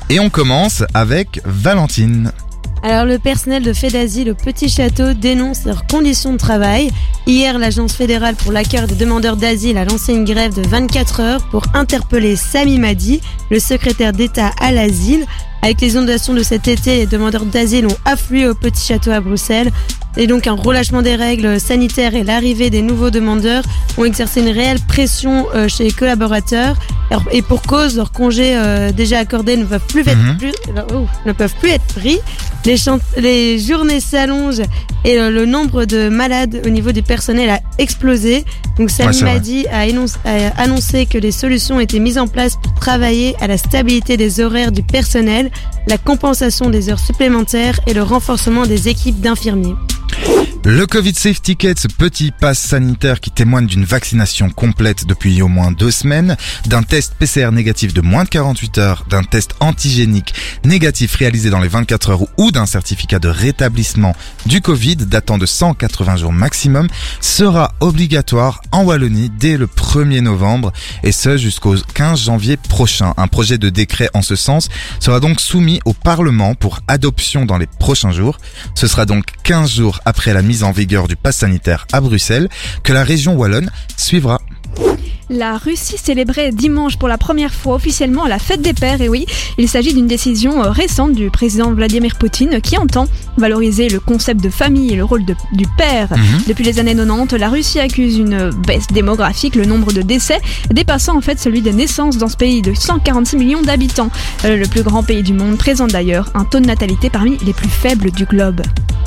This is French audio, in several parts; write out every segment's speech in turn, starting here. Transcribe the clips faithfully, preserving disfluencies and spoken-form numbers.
Et on commence avec Valentine. Alors le personnel de Fait d'Asile au Petit Château dénonce leurs conditions de travail. Hier, l'Agence fédérale pour l'accueil des demandeurs d'asile a lancé une grève de vingt-quatre heures pour interpeller Sami Madi, le secrétaire d'État à l'asile. Avec les inondations de cet été, les demandeurs d'asile ont afflué au Petit Château à Bruxelles. Et donc un relâchement des règles sanitaires et l'arrivée des nouveaux demandeurs ont exercé une réelle pression euh, chez les collaborateurs. Et pour cause, leurs congés euh, déjà accordés ne peuvent plus, Mmh. être, plus, oh, ne peuvent plus être pris. Les, chant- les journées s'allongent et euh, le nombre de malades au niveau du personnel a explosé. Donc Sami Ouais, Madi a, énonce- a annoncé que des solutions étaient mises en place pour travailler à la stabilité des horaires du personnel, la compensation des heures supplémentaires et le renforcement des équipes d'infirmiers. Le Covid Safe Ticket, ce petit pass sanitaire qui témoigne d'une vaccination complète depuis au moins deux semaines, d'un test P C R négatif de moins de quarante-huit heures, d'un test antigénique négatif réalisé dans les vingt-quatre heures ou d'un certificat de rétablissement du Covid datant de cent quatre-vingts jours maximum, sera obligatoire en Wallonie dès le premier novembre et ce jusqu'au quinze janvier prochain. Un projet de décret en ce sens sera donc soumis au Parlement pour adoption dans les prochains jours. Ce sera donc quinze jours après la mise en vigueur du pass sanitaire à Bruxelles que la région wallonne suivra. La Russie célébrait dimanche pour la première fois officiellement la fête des pères, et oui, il s'agit d'une décision récente du président Vladimir Poutine qui entend valoriser le concept de famille et le rôle de, du père. Mmh. Depuis les années quatre-vingt-dix, la Russie accuse une baisse démographique, le nombre de décès dépassant en fait celui des naissances dans ce pays de cent quarante-six millions d'habitants. Euh, le plus grand pays du monde présente d'ailleurs un taux de natalité parmi les plus faibles du globe.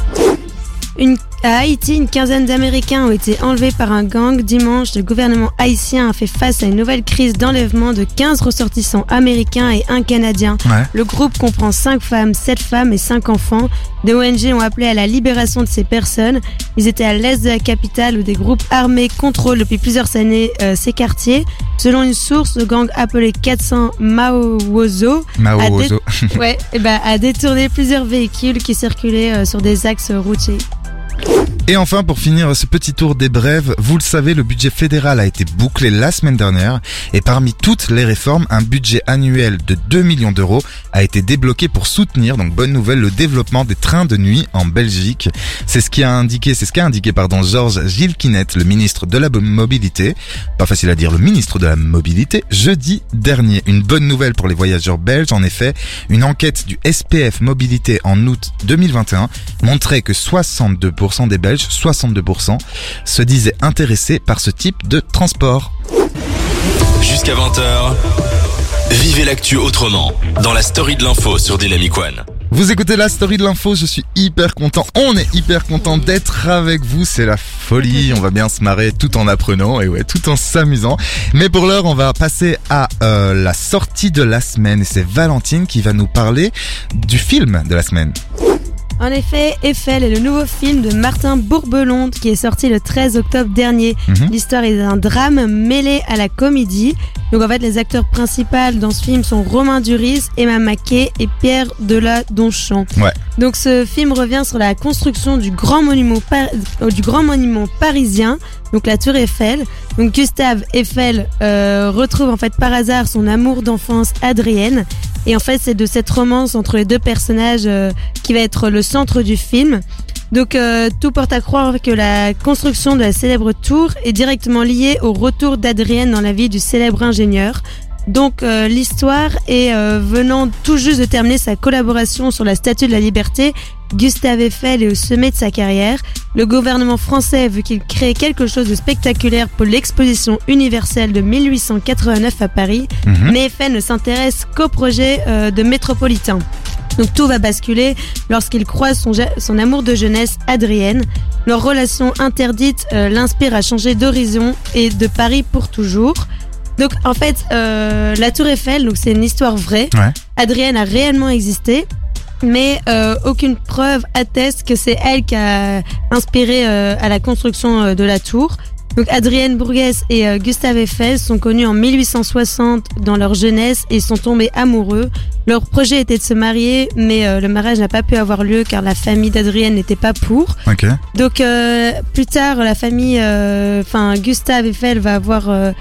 Une, à Haïti, une quinzaine d'Américains ont été enlevés par un gang. Dimanche, le gouvernement haïtien a fait face à une nouvelle crise d'enlèvement de quinze ressortissants américains et un Canadien. Ouais. Le groupe comprend cinq femmes, sept femmes et cinq enfants. Des O N G ont appelé à la libération de ces personnes. Ils étaient à l'est de la capitale où des groupes armés contrôlent depuis plusieurs années euh, ces quartiers. Selon une source, le gang appelé quatre cents Maowozo Mao a, dé- Ozo. ouais, et ben, a détourné plusieurs véhicules qui circulaient euh, sur des axes routiers. Et enfin, pour finir ce petit tour des brèves, vous le savez, le budget fédéral a été bouclé la semaine dernière et parmi toutes les réformes, un budget annuel de deux millions d'euros a été débloqué pour soutenir, donc bonne nouvelle, le développement des trains de nuit en Belgique. C'est ce qui a indiqué, c'est ce qu'a indiqué, pardon, Georges Gilquinet, le ministre de la mobilité, pas facile à dire, le ministre de la mobilité, jeudi dernier. Une bonne nouvelle pour les voyageurs belges, en effet, une enquête du S P F Mobilité en août deux mille vingt et un montrait que soixante-deux pour cent des Belges, soixante-deux pour cent, se disaient intéressés par ce type de transport. Jusqu'à vingt heures, vivez l'actu autrement dans la story de l'info sur Dynamic One. Vous écoutez la story de l'info, je suis hyper content, on est hyper content d'être avec vous, c'est la folie, on va bien se marrer tout en apprenant et ouais, tout en s'amusant. Mais pour l'heure, on va passer à euh, la sortie de la semaine et c'est Valentine qui va nous parler du film de la semaine. En effet, Eiffel est le nouveau film de Martin Bourbelonde qui est sorti le treize octobre dernier. Mmh. L'histoire est d'un drame mêlé à la comédie. Donc en fait, les acteurs principaux dans ce film sont Romain Duris, Emma Mackey et Pierre Deladonchamp. Ouais. Donc ce film revient sur la construction du grand monument, par... du grand monument parisien, donc la Tour Eiffel. Donc Gustave Eiffel euh, retrouve en fait par hasard son amour d'enfance Adrienne. Et en fait, c'est de cette romance entre les deux personnages euh, qui va être le centre du film. Donc euh, tout porte à croire que la construction de la célèbre tour est directement liée au retour d'Adrienne dans la vie du célèbre ingénieur. Donc euh, l'histoire est euh, venant tout juste de terminer sa collaboration sur la Statue de la Liberté. Gustave Eiffel est au sommet de sa carrière. Le gouvernement français veut qu'il crée quelque chose de spectaculaire pour l'exposition universelle de mille huit cent quatre-vingt-neuf à Paris. Mmh. Mais Eiffel ne s'intéresse qu'au projet euh, de métropolitain. Donc tout va basculer lorsqu'il croise son, son amour de jeunesse, Adrienne. Leur relation interdite euh, l'inspire à changer d'horizon et de Paris pour toujours. Donc en fait, euh, la Tour Eiffel, donc c'est une histoire vraie. Ouais. Adrienne a réellement existé, mais euh, aucune preuve atteste que c'est elle qui a inspiré euh, à la construction euh, de la tour. Donc Adrienne Bourguès et euh, Gustave Eiffel sont connus en mille huit cent soixante dans leur jeunesse et sont tombés amoureux. Leur projet était de se marier, mais euh, le mariage n'a pas pu avoir lieu car la famille d'Adrienne n'était pas pour. Ok. Donc euh, plus tard, la famille, enfin euh, Gustave Eiffel va avoir euh,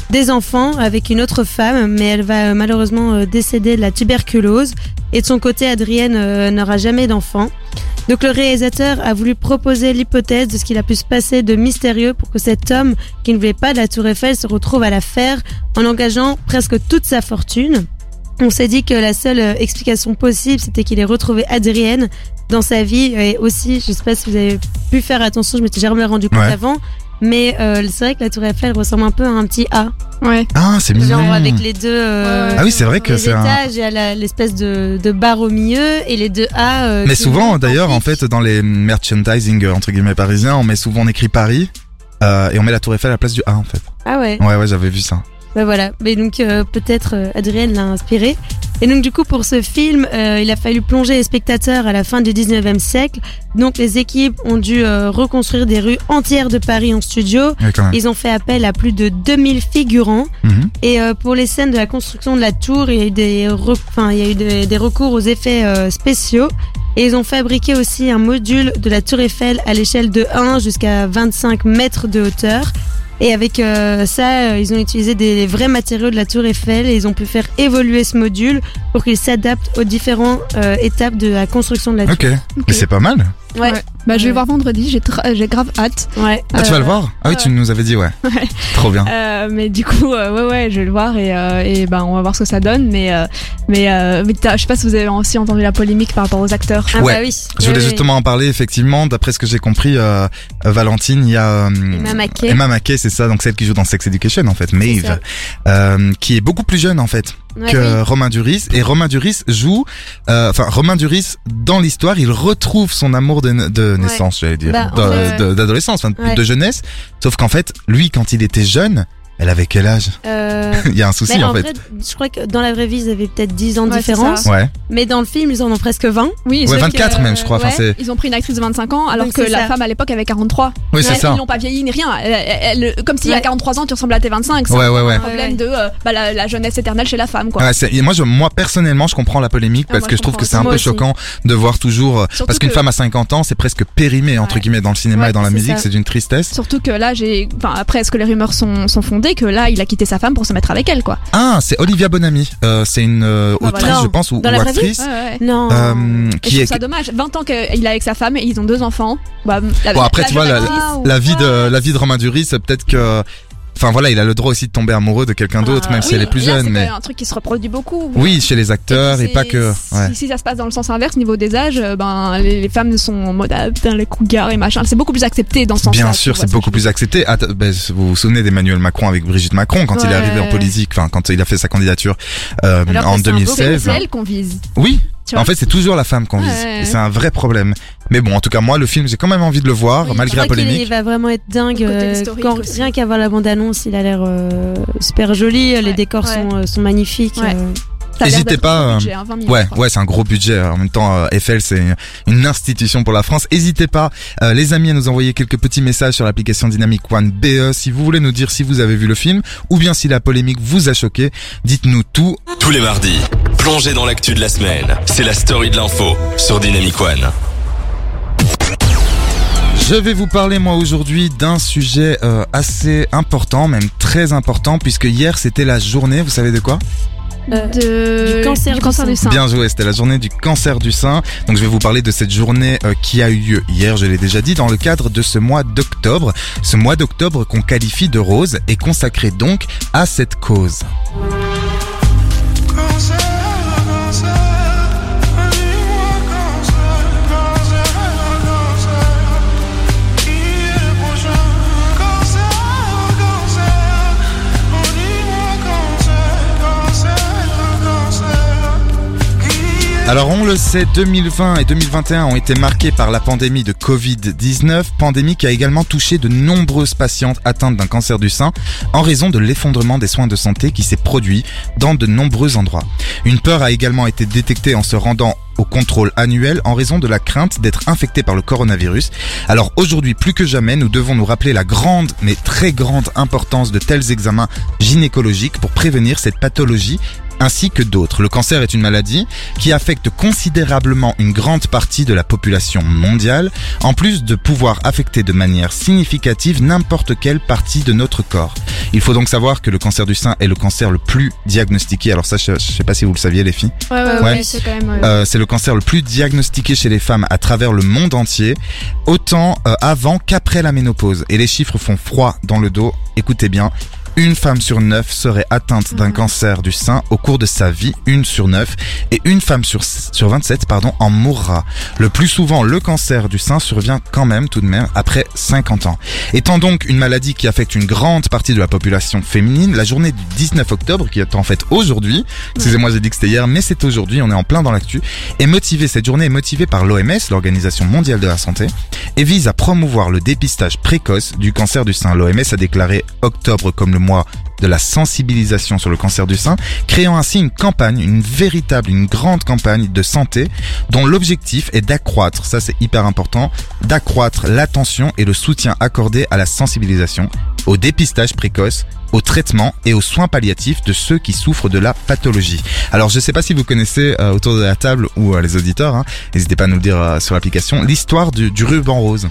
des enfants avec une autre femme, mais elle va euh, malheureusement euh, décéder de la tuberculose. Et de son côté, Adrienne euh, n'aura jamais d'enfant. Donc le réalisateur a voulu proposer l'hypothèse de ce qu'il a pu se passer de mystérieux pour que cet homme qui ne voulait pas de la Tour Eiffel se retrouve à la faire en engageant presque toute sa fortune. On s'est dit que la seule euh, explication possible, c'était qu'il ait retrouvé Adrienne dans sa vie. Et aussi, je sais pas si vous avez pu faire attention, je m'étais jamais rendu compte Ouais. avant, mais euh, c'est vrai que la Tour Eiffel ressemble un peu à un petit A. Ouais. Ah, c'est mignon. Genre avec les deux euh, Ouais. Ah oui, c'est vrai que les c'est un... étages, il y a la- l'espèce de, de barre au milieu et les deux A. euh, Mais qui souvent, montent d'ailleurs, en pic. fait, dans les merchandising, euh, entre guillemets, parisiens, on met souvent, on écrit Paris, euh, et on met la Tour Eiffel à la place du A, en fait. Ah ouais. Ouais, ouais, j'avais vu ça. Bah voilà, mais donc euh, peut-être euh, Adrienne l'a inspiré. Et donc du coup pour ce film, euh, il a fallu plonger les spectateurs à la fin du dix-neuvième siècle. Donc les équipes ont dû euh, reconstruire des rues entières de Paris en studio. Ouais, quand même. Ils ont fait appel à plus de deux mille figurants. Mhm. Et euh, pour les scènes de la construction de la tour, il y a eu des, re- enfin, il y a eu des, des recours aux effets euh, spéciaux. Et ils ont fabriqué aussi un module de la Tour Eiffel à l'échelle de un jusqu'à vingt-cinq mètres de hauteur. Et avec euh, ça, euh, ils ont utilisé des vrais matériaux de la Tour Eiffel et ils ont pu faire évoluer ce module pour qu'il s'adapte aux différentes euh, étapes de la construction de la tour. Ok. Mais c'est pas mal. Ouais. Ouais. Bah, je vais Ouais. voir vendredi, j'ai, tra- j'ai grave hâte. Ouais. Ah, tu vas Euh, le voir? Ah oui, tu ouais. nous avais dit, ouais. Ouais. Trop bien. Euh, mais du coup, euh, ouais, ouais, je vais le voir et, euh, et ben, on va voir ce que ça donne. Mais, euh, mais, euh, mais t'as- je sais pas si vous avez aussi entendu la polémique par rapport aux acteurs. Ah Ouais. bah oui. Je voulais Ouais, justement en parler, effectivement. D'après ce que j'ai compris, euh, euh, Valentine, il y a euh, Emma Mackey. Emma Mackey, c'est ça, donc celle qui joue dans Sex Education, en fait, C'est Maeve, euh, qui est beaucoup plus jeune, en fait, ouais. que Ouais, oui. Romain Duris. Et Romain Duris joue, euh, enfin, Romain Duris, dans l'histoire, il retrouve son amour de, de naissance, j'allais dire, Bah, en de- fait, de- d'adolescence, enfin, de- Ouais. de jeunesse. Sauf qu'en fait, lui, quand il était jeune, elle avait quel âge? Euh, Il y a un souci, mais en en fait. fait, je crois que dans la vraie vie, ils avaient peut-être dix ans de Ouais, c'est différence. ça. Ouais. Mais dans le film, ils en ont presque vingt. Oui, Ouais, sauf vingt-quatre que, même, je crois. Enfin, ouais, c'est, ils ont pris une actrice de vingt-cinq ans alors Donc, que c'est la ça. femme à l'époque avait quarante-trois. oui, c'est Ouais, ça. Ils l'ont pas vieilli ni rien. Elle- elle- elle- comme s'il y a Ouais. quarante-trois ans, tu ressembles à tes vingt-cinq. C'est Ouais, ouais, ouais. un problème Ouais, de euh, bah, la, la jeunesse éternelle chez la femme, quoi. Ouais, c'est- et moi, je, moi personnellement, je comprends la polémique Ah, parce moi, que je je trouve que comprends c'est un aussi. peu Moi aussi. choquant de voir toujours euh, Surtout parce qu'une que- femme à cinquante ans, c'est presque périmé entre Ouais. guillemets dans le cinéma Ouais, et dans la c'est musique, ça. c'est d'une tristesse. Surtout que là, j'ai, enfin, après, est-ce que les rumeurs sont, sont fondées que là, il a quitté sa femme pour se mettre avec elle, quoi. Ah, c'est Olivia Bonamy. Euh, c'est une euh, Bah, autrice, voilà. je pense, ou, Dans ou la vraie vie actrice, Ouais, ouais. Non. euh, Et je qui trouve est. ça dommage. vingt ans qu'il est avec sa femme et ils ont deux enfants. Bah, la, Bon, après, tu vois, la, jeune actrice- la vie de la vie de Romain Duris, c'est peut-être que, enfin voilà, il a le droit aussi de tomber amoureux de quelqu'un d'autre, Ah, même si Oui, elle est plus et là, jeune, c'est mais un truc qui se reproduit beaucoup. oui, chez les acteurs et, puis, pas c'est- que. Ouais. Si, si ça se passe dans le sens inverse, niveau des âges, euh, ben les, les femmes sont en mode ah, putain les cougars et machin. C'est beaucoup plus accepté dans ce sens-là. Bien tu sûr, vois c'est ce que beaucoup je veux plus accepté. Att- ben, vous vous souvenez d'Emmanuel Macron avec Brigitte Macron quand il est Ouais. arrivé en politique, enfin quand il a fait sa candidature euh, Alors que en c'est un beau dire. deux mille C'est seize. elle qu'on vise. Oui. Tu vois. En fait, c'est toujours la femme qu'on vise. Ouais. Et c'est un vrai problème. Mais bon, en tout cas, moi, le film, j'ai quand même envie de le voir, Oui, malgré Je la crois qu'il polémique. va vraiment être dingue. Le côté euh, historique quand- aussi. rien qu'à voir la bande-annonce, il a l'air euh, super joli. Les Ouais, décors ouais. sont, euh, sont magnifiques. Ouais. euh. Ça a l'air N'hésitez d'être pas, un euh, budget, hein, vingt millions, Ouais, je crois. ouais, c'est un gros budget. En même temps, euh, Eiffel, c'est une institution pour la France. N'hésitez pas, euh, les amis, à nous envoyer quelques petits messages sur l'application Dynamic One B E si vous voulez nous dire si vous avez vu le film ou bien si la polémique vous a choqué. Dites-nous tout. Tous les mardis, plongez dans l'actu de la semaine. C'est la story de l'info sur Dynamic One. Je vais vous parler moi aujourd'hui d'un sujet euh, assez important, même très important, puisque hier c'était la journée, vous savez de quoi ? Euh, De- du cancer du du cancer sein. du sein. Bien joué, c'était la journée du cancer du sein. Donc je vais vous parler de cette journée euh, qui a eu lieu hier, je l'ai déjà dit, dans le cadre de ce mois d'octobre. Ce mois d'octobre qu'on qualifie de rose est consacré donc à cette cause. Cancer, cancer, dis-moi cancer, cancer, cancer, qui est le prochain? Cancer, cancer, dis-moi cancer, cancer, cancer, qui est Alors on le sait, deux mille vingt et deux mille vingt et un ont été marqués par la pandémie de covid dix-neuf, pandémie qui a également touché de nombreuses patientes atteintes d'un cancer du sein en raison de l'effondrement des soins de santé qui s'est produit dans de nombreux endroits. Une peur a également été détectée en se rendant au contrôle annuel en raison de la crainte d'être infecté par le coronavirus. Alors aujourd'hui, plus que jamais, nous devons nous rappeler la grande, mais très grande importance de tels examens gynécologiques pour prévenir cette pathologie ainsi que d'autres. Le cancer est une maladie qui affecte considérablement une grande partie de la population mondiale, en plus de pouvoir affecter de manière significative n'importe quelle partie de notre corps. Il faut donc savoir que le cancer du sein est le cancer le plus diagnostiqué. Alors ça, je, je sais pas si vous le saviez, les filles. Ouais, ouais, Ouais. ouais, c'est quand même. euh, Euh, c'est le cancer le plus diagnostiqué chez les femmes à travers le monde entier, autant euh, avant qu'après la ménopause. Et les chiffres font froid dans le dos. Écoutez bien. Une femme sur neuf serait atteinte d'un cancer du sein au cours de sa vie, une sur neuf, et une femme sur, sur vingt-sept, pardon, en mourra. Le plus souvent, le cancer du sein survient quand même, tout de même, après cinquante ans. Étant donc une maladie qui affecte une grande partie de la population féminine, la journée du dix-neuf octobre, qui est en fait aujourd'hui, excusez-moi, j'ai dit que c'était hier, mais c'est aujourd'hui, on est en plein dans l'actu, est motivée, cette journée est motivée par l'O M S, l'Organisation mondiale de la santé, et vise à promouvoir le dépistage précoce du cancer du sein. L'O M S a déclaré octobre comme le mois de la sensibilisation sur le cancer du sein, créant ainsi une campagne, une véritable, une grande campagne de santé dont l'objectif est d'accroître, ça c'est hyper important, d'accroître l'attention et le soutien accordé à la sensibilisation, au dépistage précoce, au traitement et aux soins palliatifs de ceux qui souffrent de la pathologie. Alors je sais pas si vous connaissez euh, autour de la table ou euh, les auditeurs, hein, n'hésitez pas à nous le dire euh, sur l'application, l'histoire du, du ruban rose.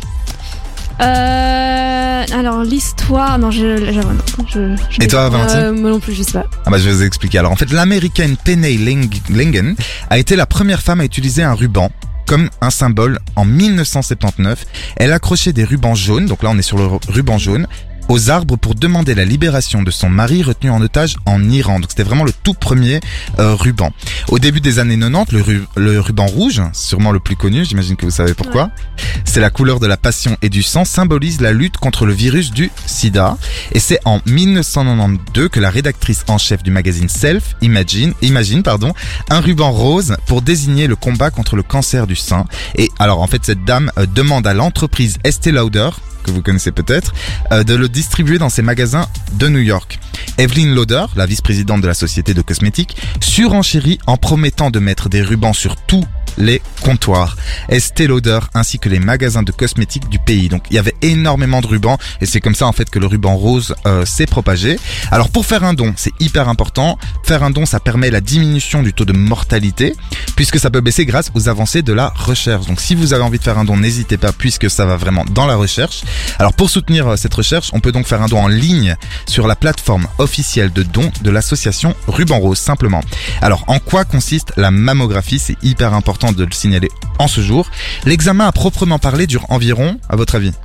Euh, alors l'histoire, non, je, je, non, je, je Et toi, Valentine? Euh, moi non plus, je sais pas. Ah bah je vais vous expliquer. Alors en fait, l'américaine Penny Lingen a été la première femme à utiliser un ruban comme un symbole en mille neuf cent soixante-dix-neuf. Elle accrochait des rubans jaunes, donc là on est sur le ruban jaune, aux arbres pour demander la libération de son mari retenu en otage en Iran. Donc c'était vraiment le tout premier euh, ruban. Au début des années quatre-vingt-dix, le, ru- le ruban rouge, sûrement le plus connu, j'imagine que vous savez pourquoi, c'est la couleur de la passion et du sang, symbolise la lutte contre le virus du sida. Et c'est en mille neuf cent quatre-vingt-douze que la rédactrice en chef du magazine Self imagine, imagine pardon, un ruban rose pour désigner le combat contre le cancer du sein. Et alors en fait cette dame euh, demande à l'entreprise Estée Lauder, que vous connaissez peut-être, euh, de le distribuer dans ses magasins de New York. Evelyn Lauder, la vice-présidente de la société de cosmétiques, surenchérit en promettant de mettre des rubans sur tous les comptoirs. Estée Lauder ainsi que les magasins de cosmétiques du pays. Donc il y avait énormément de rubans et c'est comme ça en fait que le ruban rose euh, s'est propagé. Alors pour faire un don, c'est hyper important. Faire un don, ça permet la diminution du taux de mortalité puisque ça peut baisser grâce aux avancées de la recherche. Donc si vous avez envie de faire un don, n'hésitez pas puisque ça va vraiment dans la recherche. Alors pour soutenir euh, cette recherche, on peut donc faire un don en ligne sur la plateforme officielle de dons de l'association Ruban Rose simplement. Alors en quoi consiste la mammographie? C'est hyper important de le signaler en ce jour. L'examen à proprement parler dure environ, à votre avis,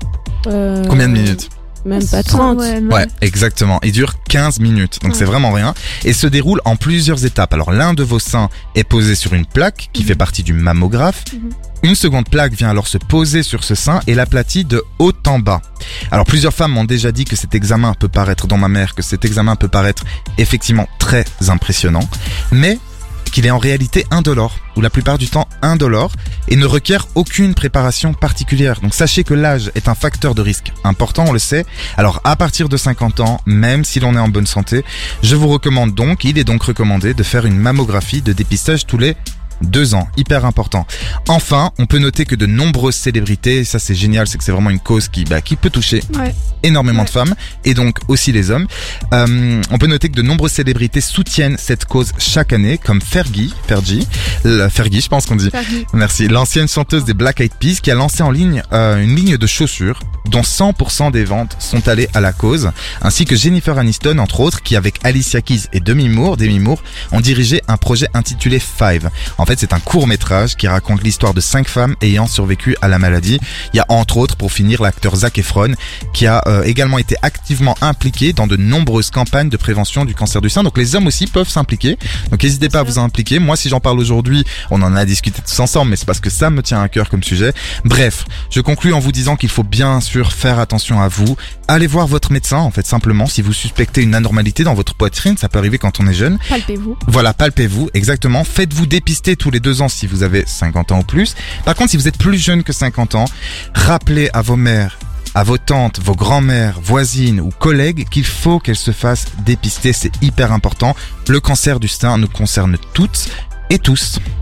Euh, combien de minutes? Même pas trente. Ouais, Ouais, exactement. Il dure quinze minutes, donc Ouais. c'est vraiment rien. Et se déroule en plusieurs étapes. Alors l'un de vos seins est posé sur une plaque qui Mhm. fait partie du mammographe. Mhm. Une seconde plaque vient alors se poser sur ce sein et l'aplatit de haut en bas. Alors plusieurs femmes m'ont déjà dit que cet examen peut paraître, dans ma mère, que cet examen peut paraître effectivement très impressionnant, mais qu'il est en réalité indolore, ou la plupart du temps indolore, et ne requiert aucune préparation particulière. Donc sachez que l'âge est un facteur de risque important, on le sait. Alors à partir de cinquante ans, même si l'on est en bonne santé, je vous recommande donc, il est donc recommandé de faire une mammographie de dépistage tous les deux ans, hyper important. Enfin, on peut noter que de nombreuses célébrités, et ça c'est génial, c'est que c'est vraiment une cause qui, bah, qui peut toucher Ouais. énormément Ouais. de femmes et donc aussi les hommes. Euh, on peut noter que de nombreuses célébrités soutiennent cette cause chaque année, comme Fergie, Fergie, la- Fergie, je pense qu'on dit. Fergie. Merci. L'ancienne chanteuse des Black Eyed Peas qui a lancé en ligne euh, une ligne de chaussures dont cent pour cent des ventes sont allées à la cause, ainsi que Jennifer Aniston entre autres qui avec Alicia Keys et Demi Moore, Demi Moore ont dirigé un projet intitulé Five. En fait, c'est un court-métrage qui raconte l'histoire de cinq femmes ayant survécu à la maladie. Il y a entre autres, pour finir, l'acteur Zac Efron qui a euh, également été activement impliqué dans de nombreuses campagnes de prévention du cancer du sein. Donc les hommes aussi peuvent s'impliquer. Donc n'hésitez pas à vous impliquer. Moi, si j'en parle aujourd'hui, on en a discuté tous ensemble, mais c'est parce que ça me tient à cœur comme sujet. Bref, je conclue en vous disant qu'il faut bien sûr faire attention à vous. Allez voir votre médecin, en fait, simplement. Si vous suspectez une anormalité dans votre poitrine, ça peut arriver quand on est jeune. Palpez-vous. Voilà, palpez-vous, exactement. Faites-vous dépister tous les deux ans si vous avez cinquante ans ou plus. Par contre, si vous êtes plus jeune que cinquante ans, rappelez à vos mères, à vos tantes, vos grands-mères, voisines ou collègues qu'il faut qu'elles se fassent dépister. C'est hyper important. Le cancer du sein nous concerne toutes et tous.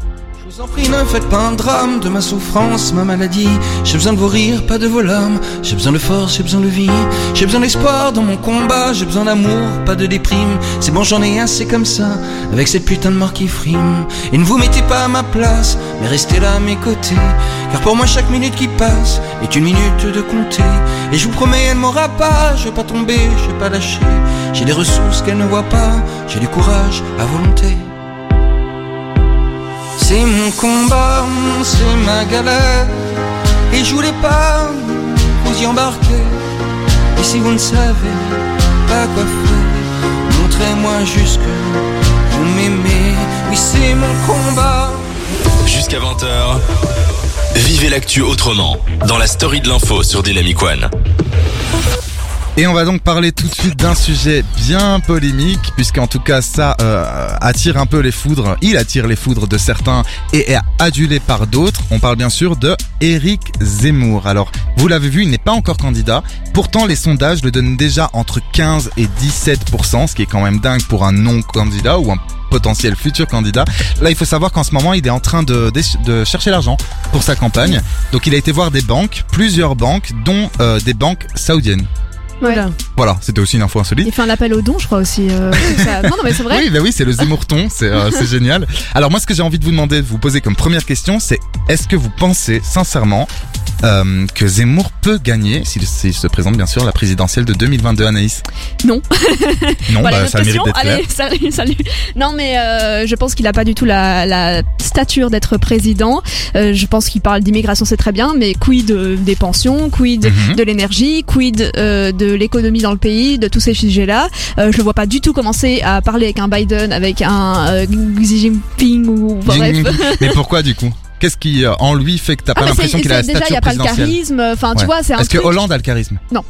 Je vous en prie, ne faites pas un drame de ma souffrance, ma maladie. J'ai besoin de vos rires, pas de vos larmes. J'ai besoin de force, j'ai besoin de vie. J'ai besoin d'espoir dans mon combat. J'ai besoin d'amour, pas de déprime. C'est bon, j'en ai assez comme ça, avec cette putain de mort qui frime. Et ne vous mettez pas à ma place, mais restez là à mes côtés. Car pour moi, chaque minute qui passe est une minute de compter. Et je vous promets, elle m'aura pas. Je vais pas tomber, je vais pas lâcher. J'ai des ressources qu'elle ne voit pas. J'ai du courage à volonté. C'est mon combat, c'est ma galère. Et je voulais pas vous y embarquer. Et si vous ne savez pas quoi faire, montrez-moi juste que vous m'aimez. Oui, c'est mon combat. Jusqu'à vingt heures, vivez l'actu autrement dans la story de l'info sur Dynamic One. Et on va donc parler tout de suite d'un sujet bien polémique, puisqu'en tout cas ça euh, attire un peu les foudres, il attire les foudres de certains et est adulé par d'autres. On parle bien sûr de Éric Zemmour. Alors, vous l'avez vu, il n'est pas encore candidat, pourtant les sondages le donnent déjà entre quinze et dix-sept pour cent, ce qui est quand même dingue pour un non-candidat ou un potentiel futur candidat. Là, il faut savoir qu'en ce moment, il est en train de, de, de chercher l'argent pour sa campagne. Donc il a été voir des banques, plusieurs banques, dont euh, des banques saoudiennes. Voilà. Voilà, c'était aussi une info insolite. Il fait un appel aux dons, je crois aussi. Euh, ça... Non, non, mais c'est vrai. Oui, bah oui, c'est le Zemmourton, c'est euh, c'est génial. Alors moi, ce que j'ai envie de vous demander, de vous poser comme première question, c'est est-ce que vous pensez sincèrement euh, que Zemmour peut gagner s'il s'il se présente bien sûr la présidentielle de deux mille vingt-deux, Anaïs? Non. Non, Voilà, bah, une ça autre mérite question. d'être clair. Allez, salut, salut. Non, mais euh, je pense qu'il a pas du tout la, la stature d'être président. Euh, je pense qu'il parle d'immigration, c'est très bien, mais quid euh, des pensions, quid Mhm. de l'énergie, quid euh, de l'économie dans le pays, de tous ces sujets-là. Euh, je le vois pas du tout commencer à parler avec un Biden, avec un euh, Xi Jinping ou enfin, bref. Mais pourquoi du coup? Qu'est-ce qui euh, en lui fait que t'as Ah, pas mais l'impression c'est- qu'il a la c'est- déjà, il y stature a pas le présidentielle? charisme. Enfin, tu Ouais. vois, c'est un Est-ce que truc. Hollande a le charisme? Non.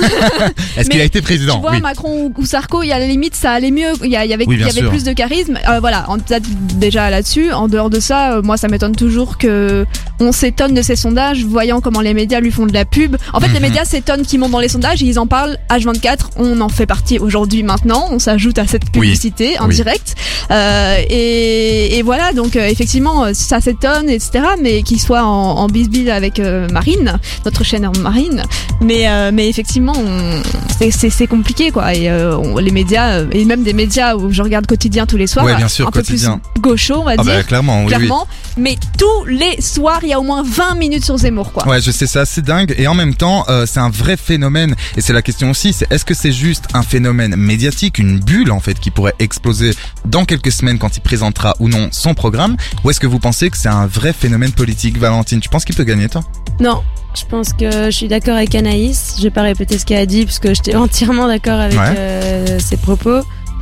Est-ce qu'il Mais a été président? Tu vois, Oui. Macron ou Sarko, il y a la limite, ça allait mieux. Il y, a- il y avait, Oui, il bien y avait sûr. plus de charisme. Euh, voilà, en peut-être déjà là-dessus. En dehors de ça, euh, moi, ça m'étonne toujours que on s'étonne de ces sondages, voyant comment les médias lui font de la pub. En fait, Mhm. les médias s'étonnent qu'ils montent dans les sondages et ils en parlent H vingt-quatre. On en fait partie aujourd'hui, maintenant. On s'ajoute à cette publicité en Oui. direct. Euh, et, et voilà, donc euh, effectivement, ça s'étonne, et cetera. Mais qu'il soit en, en bisbille avec euh, Marine, notre chaîne Marine. Mais, euh, mais effectivement, on- c'est- c'est c'est compliqué, quoi. Et euh, on- les médias, euh, et même des médias où je regarde quotidien tous les soirs, Ouais, bien sûr, un peu quotidien. plus gauchos, on va Ah dire. bah clairement, oui, oui. Clairement, mais tous les soirs, il y a au moins vingt minutes sur Zemmour, quoi. Ouais, je sais, c'est assez dingue. Et en même temps, euh, c'est un vrai phénomène. Et c'est la question aussi, c'est est-ce que c'est juste un phénomène médiatique, une bulle en fait, qui pourrait exploser dans quelques semaines quand il présentera ou non son programme, ou est-ce que vous pensez que c'est un vrai phénomène politique? Valentine, tu penses qu'il peut gagner, toi? Non, je pense que je suis d'accord avec Anaïs. Je vais pas répéter ce qu'elle a dit parce que j'étais entièrement d'accord avec Ouais. euh, ses propos.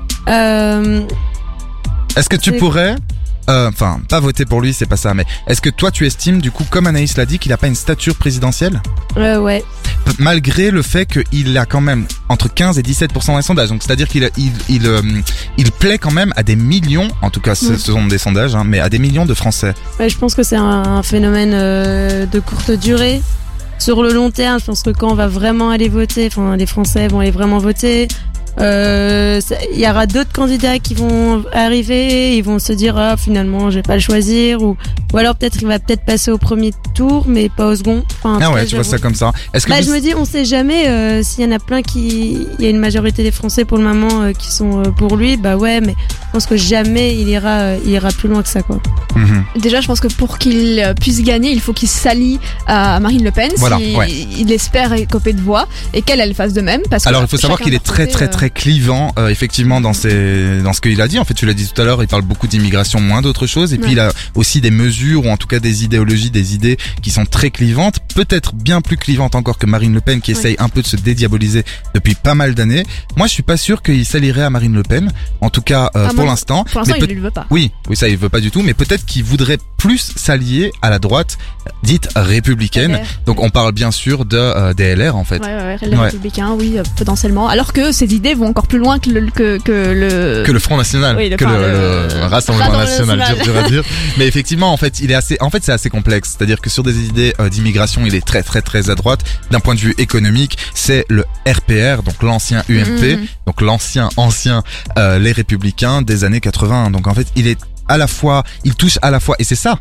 Euh, Est-ce que tu C'est- pourrais, euh, enfin, pas voter pour lui, c'est pas ça, mais est-ce que toi tu estimes du coup, comme Anaïs l'a dit, qu'il a pas une stature présidentielle? euh, ouais. P- malgré le fait qu'il a quand même entre quinze et dix-sept pour cent des sondages. Donc c'est-à-dire qu'il a- il, il, euh, il plaît quand même à des millions, en tout cas ce, Mm. ce sont des sondages, hein, mais à des millions de Français. Ouais, je pense que c'est un, un phénomène euh, de courte durée. Sur le long terme, je pense que quand on va vraiment aller voter, enfin les Français vont aller vraiment voter, euh, ça- il y aura d'autres candidats qui vont arriver, ils vont se dire ah finalement je vais pas le choisir ou ou alors peut-être il va peut-être passer au premier tour mais pas au second. Enfin, en Ah tout ouais, cas, tu vois je- ça comme ça. Est-ce que Bah, vous- je me dis, on sait jamais euh, s'il y en a plein qui, il y a une majorité des Français pour le moment euh, qui sont euh, pour lui, bah ouais, mais je pense que jamais il ira, euh, il ira plus loin que ça, quoi. Mhm. Déjà, je pense que pour qu'il euh, puisse gagner, il faut qu'il s'allie à Marine Le Pen, Voilà, si ouais. il espère écoper de voix, et qu'elle, elle fasse de même. Parce que Alors il faut savoir chacun qu'il de est leur très côté, très euh, très clivant euh, effectivement dans ses dans ce qu'il a dit. En fait, tu l'as dit tout à l'heure, il parle beaucoup d'immigration, moins d'autres choses. Et puis Ouais. il a aussi des mesures ou en tout cas des idéologies, des idées qui sont très clivantes, peut-être bien plus clivantes encore que Marine Le Pen qui Ouais. essaye un peu de se dédiaboliser depuis pas mal d'années. Moi, je suis pas sûr qu'il s'allierait à Marine Le Pen, en tout cas euh, Ah, pour moi, l'instant. Pour l'instant, Mais il peut- ne le veut pas. Oui, oui, ça il veut pas du tout, mais peut-être qu'il voudrait plus s'allier à la droite dite républicaine. L R. Donc on parle bien sûr de euh, des L R en fait. Ouais, ouais, ouais, les Ouais. républicains, oui, euh, potentiellement. Alors que ces idées vont encore plus loin que le, que, que le... Que le Front National, Oui, le- que enfin, le, le- le Rassemblement Rassemblement National, National. dur, dur à dire. Mais effectivement, en fait, il est assez, en fait, c'est assez complexe. C'est-à-dire que sur des idées euh, d'immigration, il est très, très, très à droite. D'un point de vue économique, c'est le R P R, donc l'ancien U M P, Mhm. donc l'ancien, ancien, euh, les Républicains des années quatre-vingts. Donc en fait, il est à la fois, il touche à la fois, et c'est ça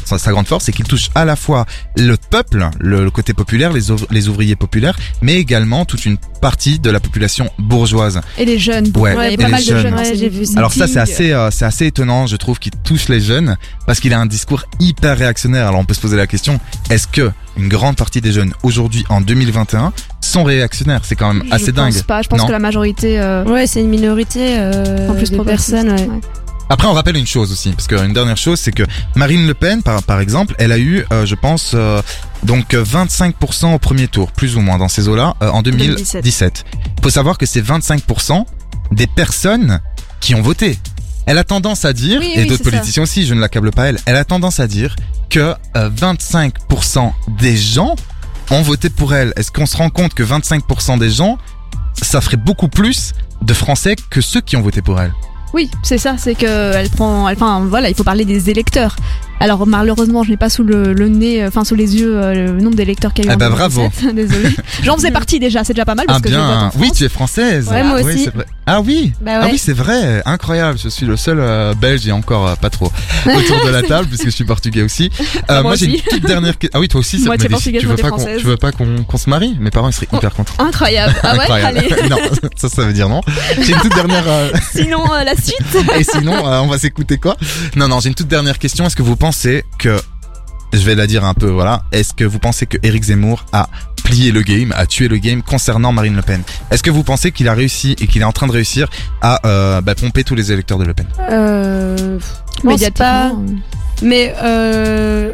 sa, sa grande force, c'est qu'il touche à la fois le peuple, le, le côté populaire, les, ouvri- les ouvriers populaires, mais également toute une partie de la population bourgeoise. Et les jeunes. Ouais, il y et avait pas les mal de jeunes. jeunes. Ouais, dans ces j'ai vu ça. Alors ça, c'est meetings. assez, euh, c'est assez étonnant, je trouve, qu'il touche les jeunes, parce qu'il a un discours hyper réactionnaire. Alors on peut se poser la question, est-ce que une grande partie des jeunes aujourd'hui, en deux mille vingt et un, sont réactionnaires? C'est quand même Je assez dingue. pense pas. Je pense Non. que la majorité. euh, Ouais, c'est une minorité euh, en plus de progressiste. personnes. Ouais. Ouais. Après, on rappelle une chose aussi, parce qu'une dernière chose, c'est que Marine Le Pen, par, par exemple, elle a eu, euh, je pense, euh, donc euh, vingt-cinq pour cent au premier tour, plus ou moins dans ces eaux-là, euh, en deux mille dix-sept. Il faut savoir que c'est vingt-cinq pour cent des personnes qui ont voté. Elle a tendance à dire, Oui, et oui, d'autres c'est ça. politiciens aussi, je ne l'accable pas elle, elle a tendance à dire que euh, vingt-cinq pour cent des gens ont voté pour elle. Est-ce qu'on se rend compte que vingt-cinq pour cent des gens, ça ferait beaucoup plus de Français que ceux qui ont voté pour elle? Oui, c'est ça, c'est que elle prend, elle- enfin voilà, il faut parler des électeurs. Alors malheureusement, je n'ai pas sous le, le nez, enfin sous les yeux, euh, le nombre d'électeurs qu'il y a eu. Eh en ben, deux mille bravo. dix-sept. Désolée. J'en faisais partie déjà, c'est déjà pas mal parce Ah que je vote en bien, France. oui, tu es française. Ouais, moi Oui, aussi. c'est vrai. Ah oui, Bah ah ouais. oui, c'est vrai, incroyable. Je suis le seul euh, Belge et encore euh, pas trop autour de la table puisque je suis portugais aussi. Euh, Bah, moi moi, j'ai aussi. une toute dernière question. Ah oui, toi aussi. ça- Moitié mais portugaise, tu veux moitié pas qu'on, française. tu veux pas qu'on, qu'on se marie? Mes parents ils seraient hyper contents. Incroyable. Ah ouais, Incroyable. allez. Non, ça, ça veut dire non. J'ai une toute dernière. euh, Sinon euh, la suite. Et sinon, euh, on va s'écouter quoi? Non, non, j'ai une toute dernière question. Est-ce que vous pensez que, je vais la dire un peu, voilà. Est-ce que vous pensez que Éric Zemmour a plié le game, a tué le game concernant Marine Le Pen? Est-ce que vous pensez qu'il a réussi et qu'il est en train de réussir à euh, bah, pomper tous les électeurs de Le Pen? Euh, je pense pas. Médiatiquement. Mais euh,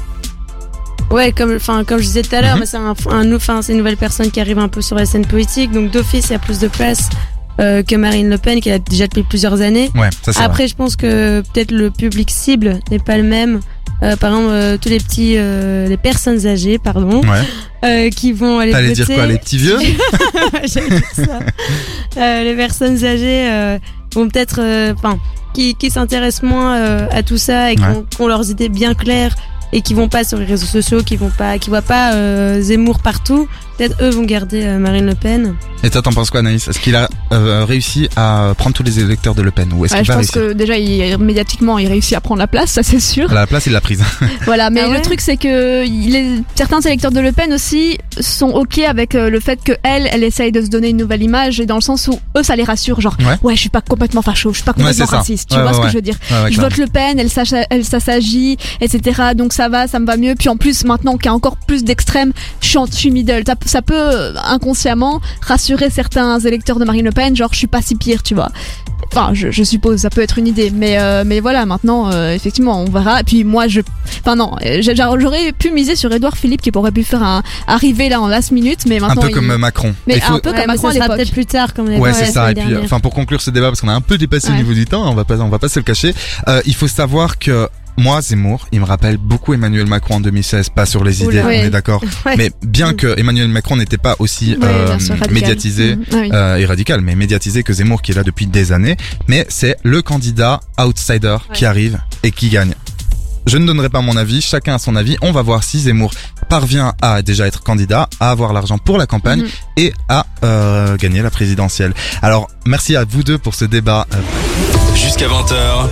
ouais, comme, enfin, comme je disais tout à l'heure, Mhm. mais c'est un, un, enfin, c'est une nouvelle personne qui arrive un peu sur la scène politique, donc d'office, il y a plus de place euh, que Marine Le Pen, qui a déjà depuis plusieurs années. Ouais, ça c'est vrai. Après, je pense que peut-être le public cible n'est pas le même. Euh, par exemple, euh, tous les petits, euh, les personnes âgées, pardon, Ouais. euh, qui vont aller T'allais voter. dire quoi, les petits vieux? J'allais dire ça. Euh, les personnes âgées euh, vont peut-être, enfin, qui, qui s'intéressent moins euh, à tout ça et qui Ouais. ont, qui ont leurs idées bien claires et qui vont pas sur les réseaux sociaux, qui vont pas, qui voient pas euh, Zemmour partout. Peut-être eux vont garder euh, Marine Le Pen. Et toi, t'en penses quoi, Anaïs? Est-ce qu'il a euh, réussi à prendre tous les électeurs de Le Pen ou est-ce Ouais, qu'il je va pense réussir? que déjà il, médiatiquement il réussit à prendre la place, ça c'est sûr. À la place, il l'a prise. Voilà, mais Ah ouais le truc c'est que les, certains électeurs de Le Pen aussi sont ok avec euh, le fait que elle, elle essaye de se donner une nouvelle image et dans le sens où eux ça les rassure, genre Ouais. ouais, je suis pas complètement facho, je suis pas Ouais, complètement c'est ça. raciste, tu Ouais, vois ouais, ce que ouais. je veux dire. Ouais, ouais, Je clairement. vote Le Pen, elle, s'ach- elle ça s'agit, et cetera. Donc ça va, ça me va mieux. Puis en plus maintenant qu'il y a encore plus d'extrêmes, je suis, en- je suis middle. Ça, ça peut euh, inconsciemment rassurer certains électeurs de Marine Le Pen, genre je suis pas si pire, tu vois. Enfin, je, je suppose, ça peut être une idée, mais euh, mais voilà, maintenant, euh, effectivement, on verra. Et puis moi, je, enfin non, euh, j'ai- j'aurais pu miser sur Édouard Philippe qui pourrait pu faire un arriver là en last minute, mais Un maintenant peu il- comme euh, Macron. mais Il faut- un peu Ouais, comme mais Macron à ça sera l'époque. peut-être plus tard, comme on avait Ouais, fait c'est la ça. Et semaine puis, dernière. enfin, pour conclure ce débat, parce qu'on a un peu dépassé au Ouais. niveau du temps, on va pas, on va pas se le cacher. Euh, il faut savoir que moi, Zemmour, il me rappelle beaucoup Emmanuel Macron en deux mille seize, pas sur les idées, Oula. on Ouais. est d'accord. Ouais. Mais bien que Emmanuel Macron n'était pas aussi Ouais, euh, bien sûr, radical. médiatisé Mhm. Ah oui. euh, et radical, mais médiatisé que Zemmour qui est là depuis des années, mais c'est le candidat outsider qui arrive et qui gagne. Je ne donnerai pas mon avis, chacun a son avis. On va voir si Zemmour parvient à déjà être candidat, à avoir l'argent pour la campagne Mhm. et à euh, gagner la présidentielle. Alors, merci à vous deux pour ce débat. Euh, Jusqu'à vingt heures,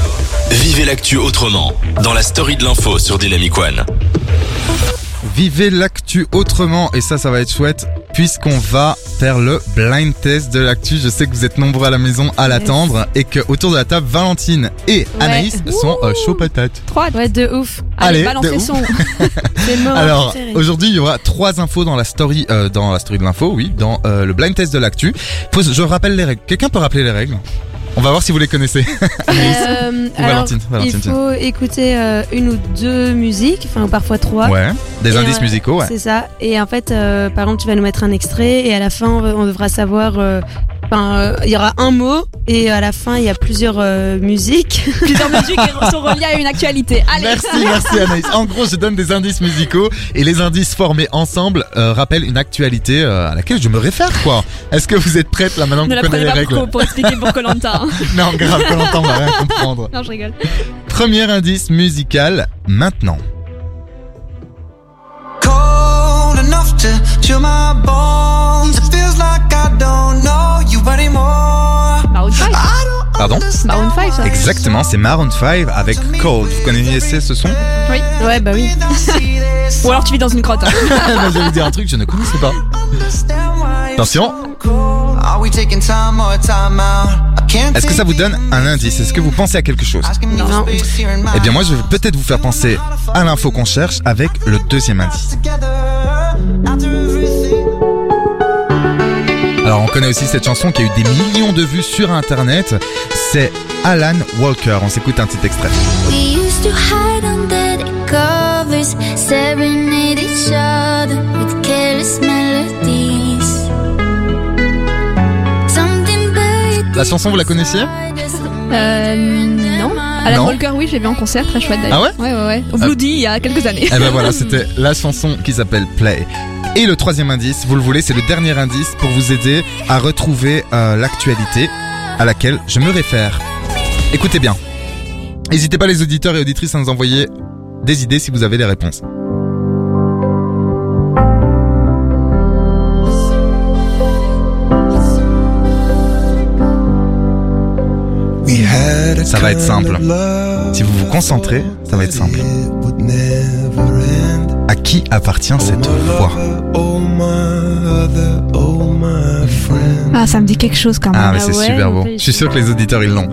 vivez l'actu autrement dans la story de l'info sur Dynamic One. Vivez l'actu autrement et ça, ça va être chouette puisqu'on va faire le blind test de l'actu. Je sais que vous êtes nombreux à la maison à l'attendre et que autour de la table, Valentine et Anaïs sont euh, chaud patates. Trois. Ouais, de ouf. Allez, Allez, balance de les ouf. sons. C'est le moment Alors préféré. aujourd'hui il y aura trois infos dans la story euh, dans la story de l'info, oui, dans euh, le blind test de l'actu. Faut- Je rappelle les règles. Quelqu'un peut rappeler les règles? On va voir si vous les connaissez. Anaïs Euh, ou alors, Valentine, Valentine, il tiens. faut écouter euh, une ou deux musiques, enfin ou parfois trois. Ouais. Des Et, indices euh, musicaux, ouais. C'est ça. Et en fait, euh, par exemple, tu vas nous mettre un extrait et à la fin, on, va- on devra savoir. euh, Enfin, euh, il y aura un mot et à la fin, il y a plusieurs euh, musiques. Plusieurs musiques qui sont reliées à une actualité. Allez. Merci, merci Anaïs. En gros, je donne des indices musicaux et les indices formés ensemble euh, rappellent une actualité euh, à laquelle je me réfère, quoi. Est-ce que vous êtes prêtes là maintenant que Ne vous la connaissez prenez les pas règles? pour, pour expliquer pour Koh-Lanta. hein. Non, grave, qu'on entend, on va rien comprendre. Non, je rigole. Premier indice musical, maintenant. Cold enough to chill my bones. It feels like I don't know you anymore. Maroon five. I don't Pardon? Maroon five, ça. Exactement, c'est Maroon five avec Cold. Vous connaissez ce son? Oui. Ouais, bah oui. Ou alors tu vis dans une grotte. Hein. Bah, je vais vous dire un truc, je ne connaissais pas. Attention. Est-ce que ça vous donne un indice? Est-ce que vous pensez à quelque chose? Non. Eh bien moi je vais peut-être vous faire penser à l'info qu'on cherche avec le deuxième indice. Alors on connaît aussi cette chanson qui a eu des millions de vues sur internet. C'est Alan Walker. On s'écoute un petit extrait. We used to hide under the covers, serenade each other with careless melodies. Something buried. La chanson vous la connaissiez? Euh, non. Alan Non. Walker, oui, je l'ai vu en concert, très chouette d'ailleurs. Ah ouais? Ouais, ouais, ouais. Au Bloody, il y a quelques années. Eh ben voilà, c'était la chanson qui s'appelle Play. Et le troisième indice, vous le voulez, c'est le dernier indice pour vous aider à retrouver euh, l'actualité à laquelle je me réfère. Écoutez bien. N'hésitez pas les auditeurs et auditrices à nous envoyer des idées si vous avez des réponses. Ça va être simple. Si vous vous concentrez, ça va être simple. À qui appartient cette voix? Ah, ça me dit quelque chose quand même. Ah mais c'est Ah ouais, super beau. on peut Je suis sûr que les auditeurs ils l'ont.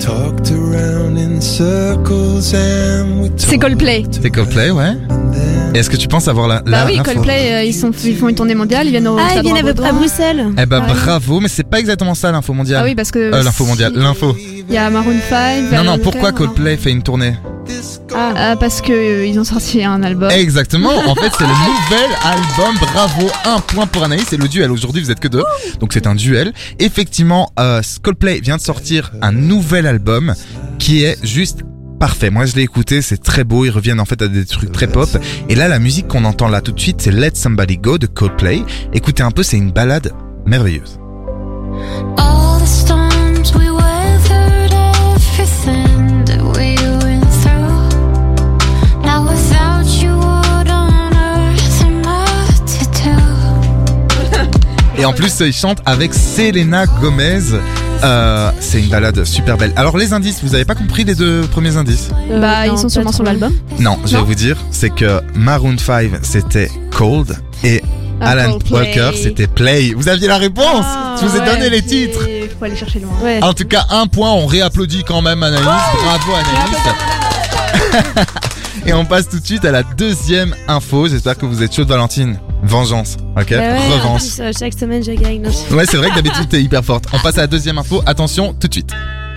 C'est Coldplay. C'est Coldplay, ouais. Et est-ce que tu penses avoir la, la Bah oui, info? Coldplay, euh, ils, sont, ils font une tournée mondiale, ils viennent au Ah, ils Stade viennent à, Roi-Baudouin. à Bruxelles. Eh ben Ouais. bravo, mais c'est pas exactement ça l'info mondiale. Ah oui, parce que... Euh, l'info mondiale, l'info. Il y a Maroon five. Non non, Alan pourquoi Walker, Coldplay fait une tournée? Ah. Ah, parce que euh, ils ont sorti un album. Exactement, en fait c'est le nouvel album, bravo, un point pour Anaïs, c'est le duel, aujourd'hui vous êtes que deux, donc c'est un duel. Effectivement, euh, Coldplay vient de sortir un nouvel album qui est juste parfait. Moi je l'ai écouté, c'est très beau, ils reviennent en fait à des trucs très pop. Et là la musique qu'on entend là tout de suite c'est Let Somebody Go de Coldplay. Écoutez un peu, c'est une balade merveilleuse. All the storms we weathered, everything that we went through. Now without you, what on earth am I to do? Et en plus ils chantent avec Selena Gomez. Euh, c'est une balade super belle. Alors les indices, vous avez pas compris les deux premiers indices? Euh, Bah, non, ils sont pas sûrement sur trop. l'album. Non, je vais Non. vous dire, c'est que Maroon five c'était Cold et Ah, Alan Coldplay. Walker c'était Play. Vous aviez la réponse. Ah, Je vous ai Ouais, donné les c'est- titres. Faut aller chercher loin. Ouais. En tout cas, un point, on réapplaudit quand même Anaïs. Bravo Anaïs. Et on passe tout de suite à la deuxième info. J'espère que vous êtes chaude, Valentine. Vengeance, ok? Bah ouais, en Revanche. plus, euh, chaque semaine, je gagne. Non. Ouais, c'est vrai que d'habitude t'es hyper forte. On passe à la deuxième info. Attention, tout de suite.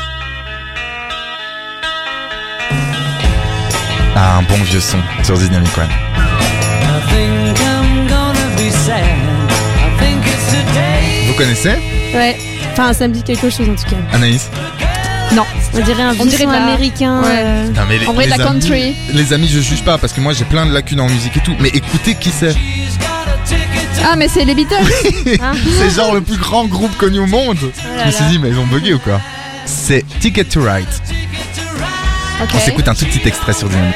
Ah, un bon vieux son sur Dynamic One. Vous connaissez, Ouais. Enfin, ça me dit quelque chose en tout cas. Anaïs? Non. On dirait un On dirait vieux son de la- américain. Ouais. euh, Non, mais les, En vrai, de les la amis- country. Les amis, je juge pas parce que moi j'ai plein de lacunes en musique et tout. Mais écoutez qui c'est. Ah, mais c'est les Beatles. Hein. C'est genre le plus grand groupe connu au monde. Oh Je là me suis là. dit, mais ils ont bugué ou quoi? C'est Ticket to Ride. Ok. On s'écoute un tout petit extrait sur Dynamic.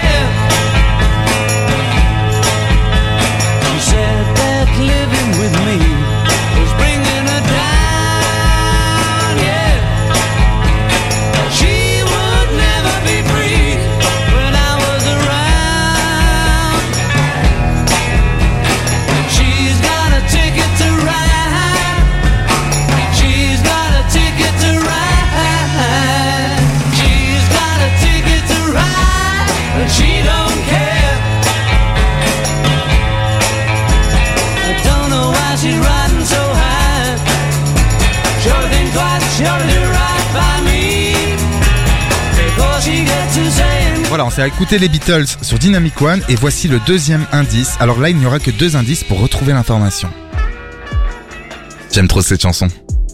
She don't care. I don't know why she's riding so high. Sure think twice, sure do right by me. Before she gets to saying. Voilà, on s'est écouté les Beatles sur Dynamic One et voici le deuxième indice. Alors là, il n'y aura que deux indices pour retrouver l'information. J'aime trop cette chanson.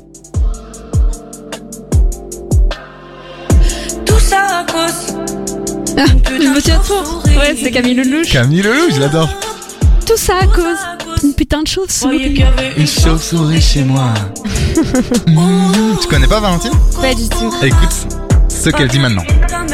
Tout ça à cause. Ah, je me tiens fort. Ouais, c'est Camille Lelouch. Camille Lelouch, je l'adore. Tout ça à cause d'une putain de chauve-souris. Une chauve-souris chez moi. Mmh. Tu connais pas Valentine? Pas du tout. Écoute ce qu'elle dit maintenant.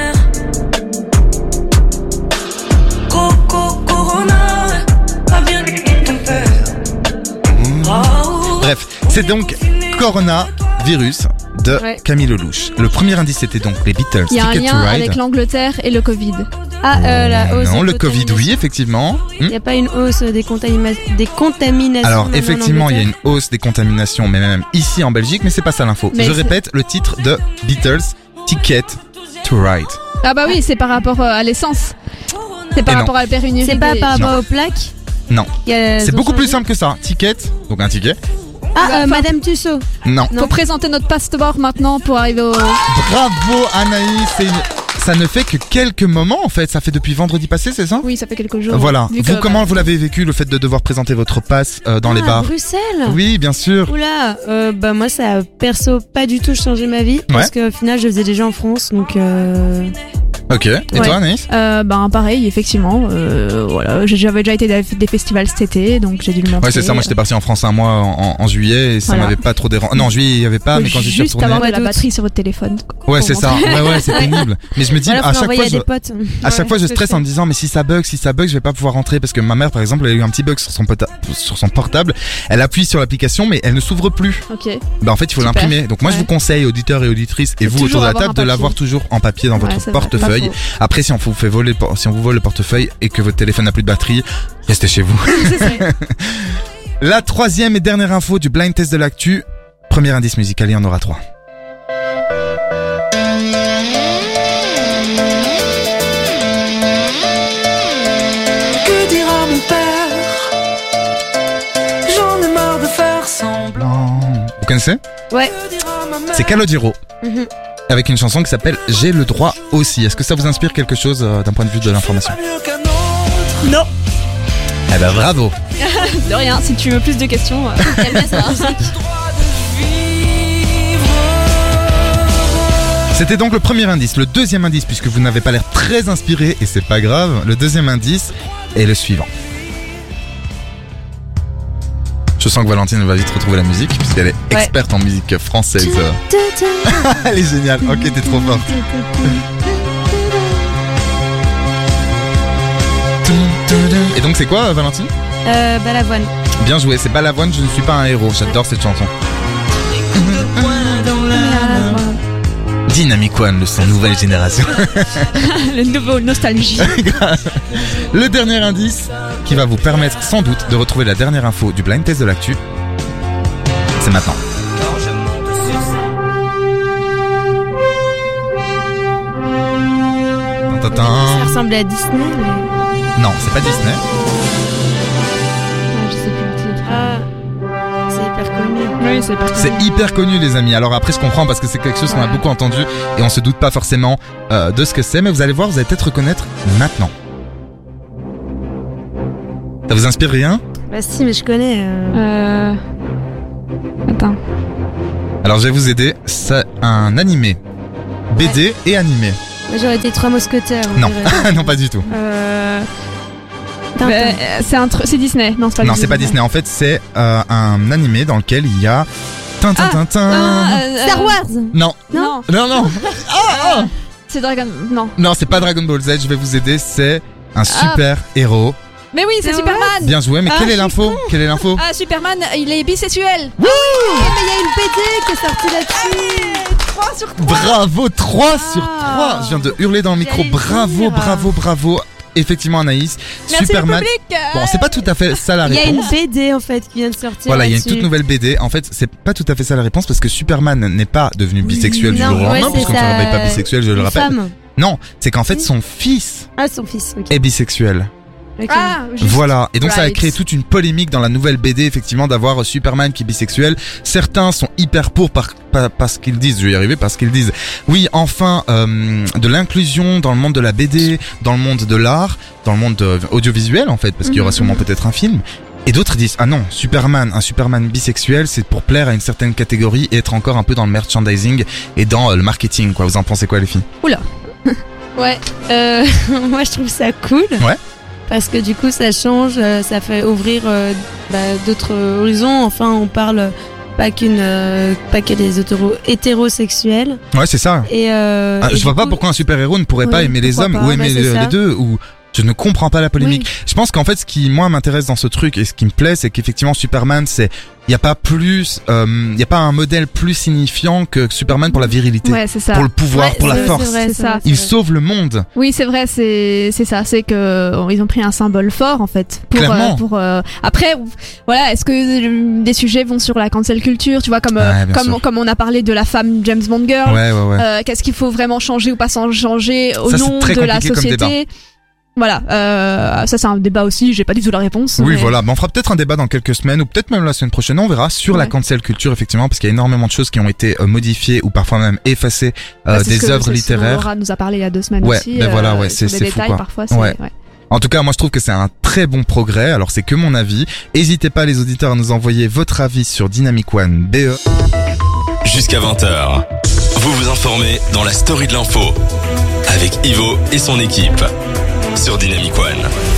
Coco, Corona, pas bien ton père. Bref, c'est donc coronavirus. de Ouais. Camille Lelouch. Le premier indice c'était donc les Beatles, Il y a un Ticket to lien Ride. avec l'Angleterre et le Covid. Ah, euh, la hausse. non, des le Covid, oui, contaminations. effectivement. Hmm. Il n'y a pas une hausse des, contamina- des contaminations. Alors maintenant en effectivement, il y a une Angleterre hausse des contaminations, mais même ici en Belgique, mais c'est pas ça l'info. Mais Je c'est- répète le titre de Beatles, Ticket to Ride. Ah bah oui, c'est par rapport euh, à l'essence. C'est par Et non. rapport à la pénurie. C'est pas des- par rapport Non. aux plaques. Non, Il y a- c'est ils ont beaucoup plus changé. simple que ça. Ticket, donc un ticket. Ah, euh, Enfin- Madame Tussaud. Non. Non. Faut présenter notre passeport maintenant pour arriver au. Bravo Anaïs, c'est une- ça ne fait que quelques moments en fait. Ça fait depuis vendredi passé, c'est ça? Oui, ça fait quelques jours. Voilà. Vu Vous, que- comment vous l'avez vécu le fait de devoir présenter votre passe euh, dans ah, les à bars? Bruxelles. Oui, bien sûr. Oula, euh, bah moi ça a perso pas du tout changé ma vie parce qu'au final je faisais déjà en France donc euh... Ok. Et Ouais. toi, Anaïs? Euh, ben pareil, effectivement. Euh, voilà, J'ai- j'avais déjà été à des festivals cet été, donc j'ai dû le montrer. Ouais, c'est ça. Moi, j'étais parti en France un mois en, en juillet et ça Voilà. m'avait pas trop dérangé. Non, en juillet il y avait pas, Faut mais quand j'y suis juste retourné. avoir de Ouais, la d'autres. batterie sur votre téléphone. quoi, Ouais, pour c'est ça. montrer. Ouais, ouais, c'est pénible. Mais je me dis, Voilà, à faut chaque l'envoyer fois, à je, des potes. à chaque Ouais, fois, je c'est ce que stresse je en me disant, mais si ça bug, si ça bug, je vais pas pouvoir rentrer parce que ma mère, par exemple, elle a eu un petit bug sur son, pota- sur son portable. Elle appuie sur l'application, mais elle ne s'ouvre plus. Ok. Bah, en fait, il faut Super. l'imprimer. Donc, moi, je Ouais. vous conseille, auditeurs et auditrices, et Faut vous autour toujours de la avoir table, un de papier. l'avoir toujours en papier dans Ouais, votre c'est vrai, portefeuille. pas Après, si on vous fait voler, le por- si on vous vole le portefeuille et que votre téléphone n'a plus de batterie, restez chez vous. La troisième et dernière info du blind test de l'actu. Premier indice musical, il y en aura trois. Que dira mon père? J'en ai marre de faire semblant. Vous connaissez? Ouais. Que dira ma mère? C'est Calogero. Mhm. Avec une chanson qui s'appelle J'ai le droit aussi. Est-ce que ça vous inspire quelque chose euh, d'un point de vue de l'information? Pas mieux qu'un autre. Non. Eh ben bravo. De rien. Si tu veux plus de questions, euh, j'aime bien ça. Droit de vivre. C'était donc le premier indice. Le deuxième indice, puisque vous n'avez pas l'air très inspiré, et c'est pas grave, le deuxième indice est le suivant. Je sens que Valentine va vite retrouver la musique, puisqu'elle est Ouais. experte en musique française. Elle est géniale. Ok, t'es trop forte. Et donc c'est quoi, Valentine? Euh, Balavoine. Bien joué, c'est Balavoine, je ne suis pas un héros. J'adore cette chanson. Dynamic One, le son nouvelle génération. Le nouveau nostalgie. Le dernier indice qui va vous permettre sans doute de retrouver la dernière info du blind test de l'actu, c'est maintenant. Quand je monte sur scène. Tintin. Ça ressemble à Disney mais Non, c'est pas Disney. Je sais plus le titre. ah, c'est hyper connu. Oui, c'est pas C'est hyper connu les amis. Alors après je comprends parce que c'est quelque chose qu'on a Ouais. beaucoup entendu et on se doute pas forcément euh, de ce que c'est, mais vous allez voir, vous allez peut-être reconnaître maintenant. Ça vous inspire rien? Bah si mais je connais. euh. Euh... Attends. Alors je vais vous aider, c'est un animé. B D et animé. Moi j'aurais été Trois Mousquetaires. on Non, dirait. non pas du tout. Euh... Tintin. euh, c'est un truc. C'est Disney. Non, c'est pas Non, c'est pas Disney. En fait, c'est euh, un animé dans lequel il y a Tintin Ah, Tintin. Ah, euh, Star euh, Wars. Non, Non. non, non, C'est Dragon. Non. non, c'est pas Dragon Ball Z. Je vais vous aider. C'est un super héros. Mais oui, c'est Ah, Superman. Bien joué. Mais Ah, quelle je est suis l'info? Quelle est l'info? Ah, Superman, il est bisexuel. Eh, mais il y a une B D qui est sortie là-dessus. trois sur trois. Bravo, trois sur Ah. trois. Je viens de hurler dans le micro. J'allais Bravo, dire. bravo, bravo. Effectivement, Anaïs. Merci Superman. le public. Bon, c'est pas tout à fait ça la Il y a une réponse. B D en fait qui vient de sortir. Voilà, il y a une là-dessus. toute nouvelle B D. En fait, c'est pas tout à fait ça la réponse parce que Superman n'est pas devenu bisexuel du Non, jour au ouais, lendemain, c'est puisqu'on ne ça. se réveille pas bisexuel, je le Une rappelle. femme. Non, c'est qu'en fait, Oui. son fils Ah son fils. Ok. est bisexuel. Ok. Ah, juste. Voilà, et donc ça a Right. créé toute une polémique dans la nouvelle B D, effectivement, d'avoir Superman qui est bisexuel. Certains sont hyper pour par, par- parce qu'ils disent, je vais y arriver, parce qu'ils disent, oui, enfin, euh, de l'inclusion dans le monde de la B D, dans le monde de l'art, dans le monde euh, audiovisuel, en fait, parce qu'il y aura Mhm. sûrement peut-être un film. Et d'autres disent, ah non, Superman, un Superman bisexuel, c'est pour plaire à une certaine catégorie et être encore un peu dans le merchandising et dans euh, le marketing, quoi. Vous en pensez quoi, les filles? Ouais. Euh, moi je trouve ça cool. Ouais. Parce que du coup ça change, euh, ça fait ouvrir euh, bah, d'autres horizons. Enfin on parle pas qu'une, euh, pas que des hétéro- hétérosexuels. Ouais, c'est ça. Et euh, Ah, et je vois du pas coup- pourquoi un super-héros ne pourrait pas Oui, aimer les pourquoi hommes pas, ou bah, aimer c'est les, ça. les deux ou Je ne comprends pas la polémique. Oui. Je pense qu'en fait, ce qui moi m'intéresse dans ce truc et ce qui me plaît, c'est qu'effectivement Superman, c'est il y a pas plus, il euh, y a pas un modèle plus signifiant que Superman pour la virilité, ouais, c'est ça. pour le pouvoir, ouais, pour la force. C'est vrai, c'est ça. Il sauve le monde. Oui, c'est vrai, c'est c'est ça, c'est que ils ont pris un symbole fort en fait. Pour, Clairement. Euh, pour euh, après, voilà, est-ce que des sujets vont sur la cancel culture, tu vois, comme ouais, comme sûr. comme on a parlé de la femme James Bond girl. Ouais, ouais, ouais. Euh, qu'est-ce qu'il faut vraiment changer ou pas sans changer au ça, nom de la société? Voilà, euh, ça c'est un débat aussi, j'ai pas du tout la réponse. Oui, mais... voilà, mais on fera peut-être un débat dans quelques semaines ou peut-être même la semaine prochaine, on verra sur ouais. la cancel culture effectivement, parce qu'il y a énormément de choses qui ont été euh, modifiées ou parfois même effacées euh, bah, des œuvres littéraires. Laura nous a parlé il y a deux semaines ouais, aussi. Ben euh, voilà, ouais, c'est c'est fou quoi. Parfois, c'est, ouais. ouais. En tout cas, moi je trouve que c'est un très bon progrès. Alors c'est que mon avis. N'hésitez pas les auditeurs à nous envoyer votre avis sur Dynamic One B E. Jusqu'à vingt heures, vous vous informez dans la story de l'info avec Ivo et son équipe sur Dynamic One.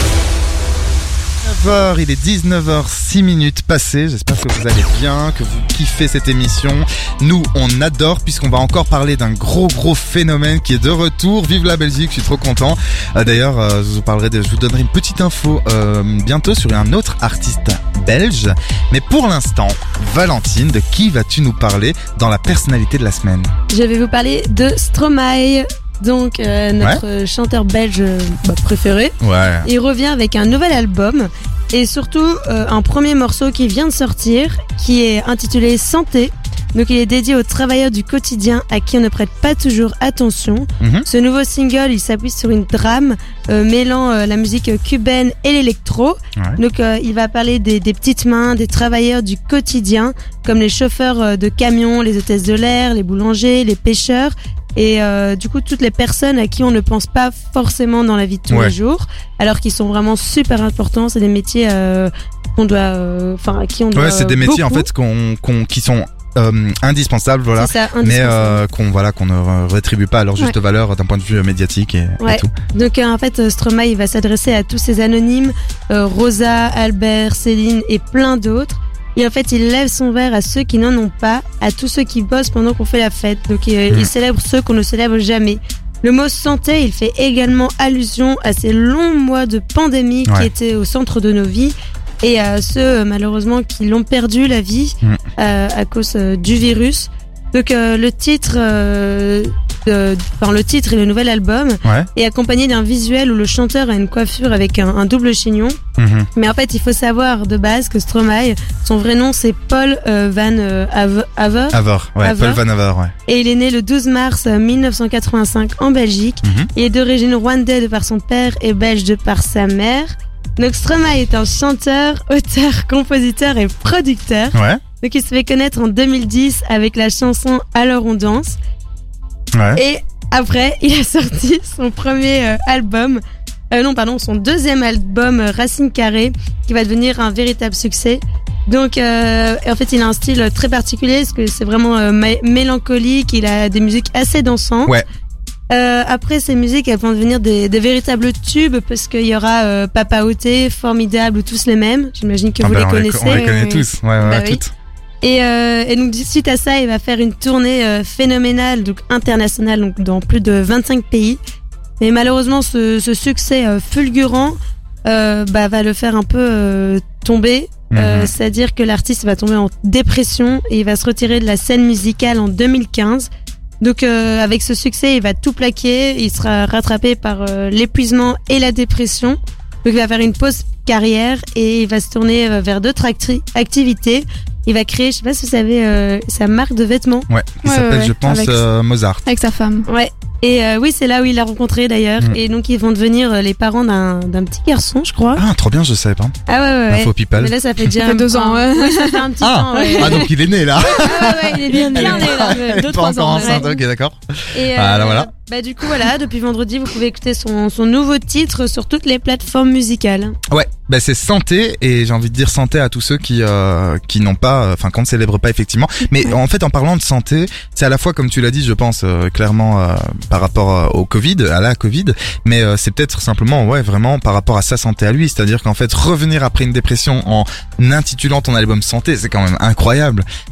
dix-neuf heures, il est dix-neuf heures six minutes passées. J'espère que vous allez bien, que vous kiffez cette émission. Nous, on adore puisqu'on va encore parler d'un gros gros phénomène qui est de retour. Vive la Belgique, je suis trop content. Euh, d'ailleurs, euh, je vous parlerai de, je vous donnerai une petite info euh, bientôt sur un autre artiste belge. Mais pour l'instant, Valentine, de qui vas-tu nous parler dans la personnalité de la semaine? Je vais vous parler de Stromae. Donc euh, notre ouais. chanteur belge euh, bah, préféré, ouais. il revient avec un nouvel album et surtout euh, un premier morceau qui vient de sortir qui est intitulé Santé. Donc il est dédié aux travailleurs du quotidien à qui on ne prête pas toujours attention. Mm-hmm. Ce nouveau single, il s'appuie sur une drame euh, mêlant euh, la musique cubaine et l'électro. Ouais. Donc euh, il va parler des, des petites mains, des travailleurs du quotidien comme les chauffeurs euh, de camions, les hôtesses de l'air, les boulangers, les pêcheurs. Et euh, du coup toutes les personnes à qui on ne pense pas forcément dans la vie de tous ouais. les jours, alors qu'ils sont vraiment super importants. C'est des métiers euh, qu'on doit, enfin euh, à qui on doit. Ouais, c'est des métiers beaucoup. en fait qu'on, qu'on, qui sont euh, indispensables, voilà. C'est ça, indispensable. Mais euh, qu'on voilà qu'on ne rétribue pas à leur juste ouais. valeur d'un point de vue médiatique et, ouais. et tout. Donc euh, en fait, Stromae il va s'adresser à tous ces anonymes, euh, Rosa, Albert, Céline et plein d'autres. Et en fait, il lève son verre à ceux qui n'en ont pas, à tous ceux qui bossent pendant qu'on fait la fête. Donc, il, mmh. il célèbre ceux qu'on ne célèbre jamais. Le mot santé, il fait également allusion à ces longs mois de pandémie ouais. qui étaient au centre de nos vies et à ceux, malheureusement, qui l'ont perdu la vie mmh. euh, à cause euh, du virus. Donc, euh, le titre, euh, de, enfin, le titre et le nouvel album ouais. est accompagné d'un visuel où le chanteur a une coiffure avec un, un double chignon. Mmh. Mais en fait, il faut savoir de base que Stromae, son vrai nom c'est Paul euh, Van euh, Haver. Haver, ouais, Haver. Paul Van Haver, ouais. Et il est né le douze mars mille neuf cent quatre-vingt-cinq en Belgique. Mmh. Il est d'origine rwandaise de par son père et belge de par sa mère. Donc Stromae est un chanteur, auteur, compositeur et producteur. Ouais. Donc il se fait connaître en deux mille dix avec la chanson Alors on danse. Ouais. Et après, il a sorti son premier euh, album, euh, non pardon, son deuxième album euh, Racine Carrée, qui va devenir un véritable succès. Donc euh, en fait, il a un style très particulier parce que c'est vraiment euh, mé- mélancolique. Il a des musiques assez dansantes. Ouais. Euh, après, ces musiques, elles vont devenir des, des véritables tubes parce qu'il y aura euh, Papa Outé, Formidable ou Tous les mêmes. J'imagine que ah vous bah les on connaissez. Les, on les connaît tous. Ouais, ouais, bah toutes. Oui. Et, euh, et donc suite à ça, il va faire une tournée euh, phénoménale, donc internationale, donc dans plus de vingt-cinq pays. Mais malheureusement, ce, ce succès euh, fulgurant euh, bah, va le faire un peu euh, tomber. Mm-hmm. Euh, c'est-à-dire que l'artiste va tomber en dépression et il va se retirer de la scène musicale en deux mille quinze. Donc euh, avec ce succès, il va tout plaquer. Il sera rattrapé par euh, l'épuisement et la dépression. Donc il va faire une pause carrière et il va se tourner euh, vers d'autres acti- activités. Il va créer, je sais pas si vous savez, euh, sa marque de vêtements. Ouais, il ouais, s'appelle, ouais, je pense, avec, euh, Mozart. Avec sa femme. Ouais. Et euh, oui, c'est là où il l'a rencontré d'ailleurs. Mmh. Et donc ils vont devenir euh, les parents d'un, d'un petit garçon, je crois. Ah, trop bien, je savais pas. Ah ouais, ouais, ouais. Info people. Mais là, ça fait déjà ça fait deux ans, ouais. Oui, ça fait un petit ah. temps, ouais. Ah, donc il est né là. Ah ouais, ouais, il est bien, bien né là. Deux, trois ans. Enceinte, ok, d'accord. Et ah, là, euh, voilà. Bah du coup voilà, depuis vendredi vous pouvez écouter son, son nouveau titre sur toutes les plateformes musicales. Ouais, bah c'est Santé et j'ai envie de dire santé à tous ceux qui euh, qui n'ont pas, enfin qu'on ne célèbre pas effectivement. Mais ouais. En fait en parlant de santé, c'est à la fois comme tu l'as dit, je pense euh, clairement euh, par rapport euh, au Covid, à la Covid, mais euh, c'est peut-être simplement ouais vraiment par rapport à sa santé à lui, c'est-à-dire qu'en fait revenir après une dépression en intitulant ton album Santé, c'est quand même incroyable.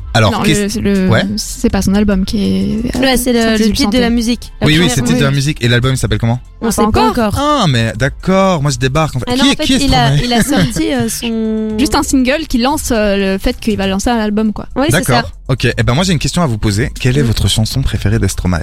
Alors, non, qu'est-ce- le, le- Ouais. c'est pas son album qui est. Ouais, c'est le, sorti le du titre de chanté. la musique. La oui, oui, première- c'est le titre de la musique. Et l'album, il s'appelle comment? On Ah, sait pas pas encore. encore. Ah, mais d'accord, moi je débarque. En fait. Ah qui non, est, en fait, qui est il a, Stromae il a sorti euh, son. Juste un single qui lance euh, le fait qu'il va lancer un album, quoi. Oui, c'est ça. D'accord. Ok. Eh ben moi j'ai une question à vous poser. Quelle est Mm. votre chanson préférée de Stromae?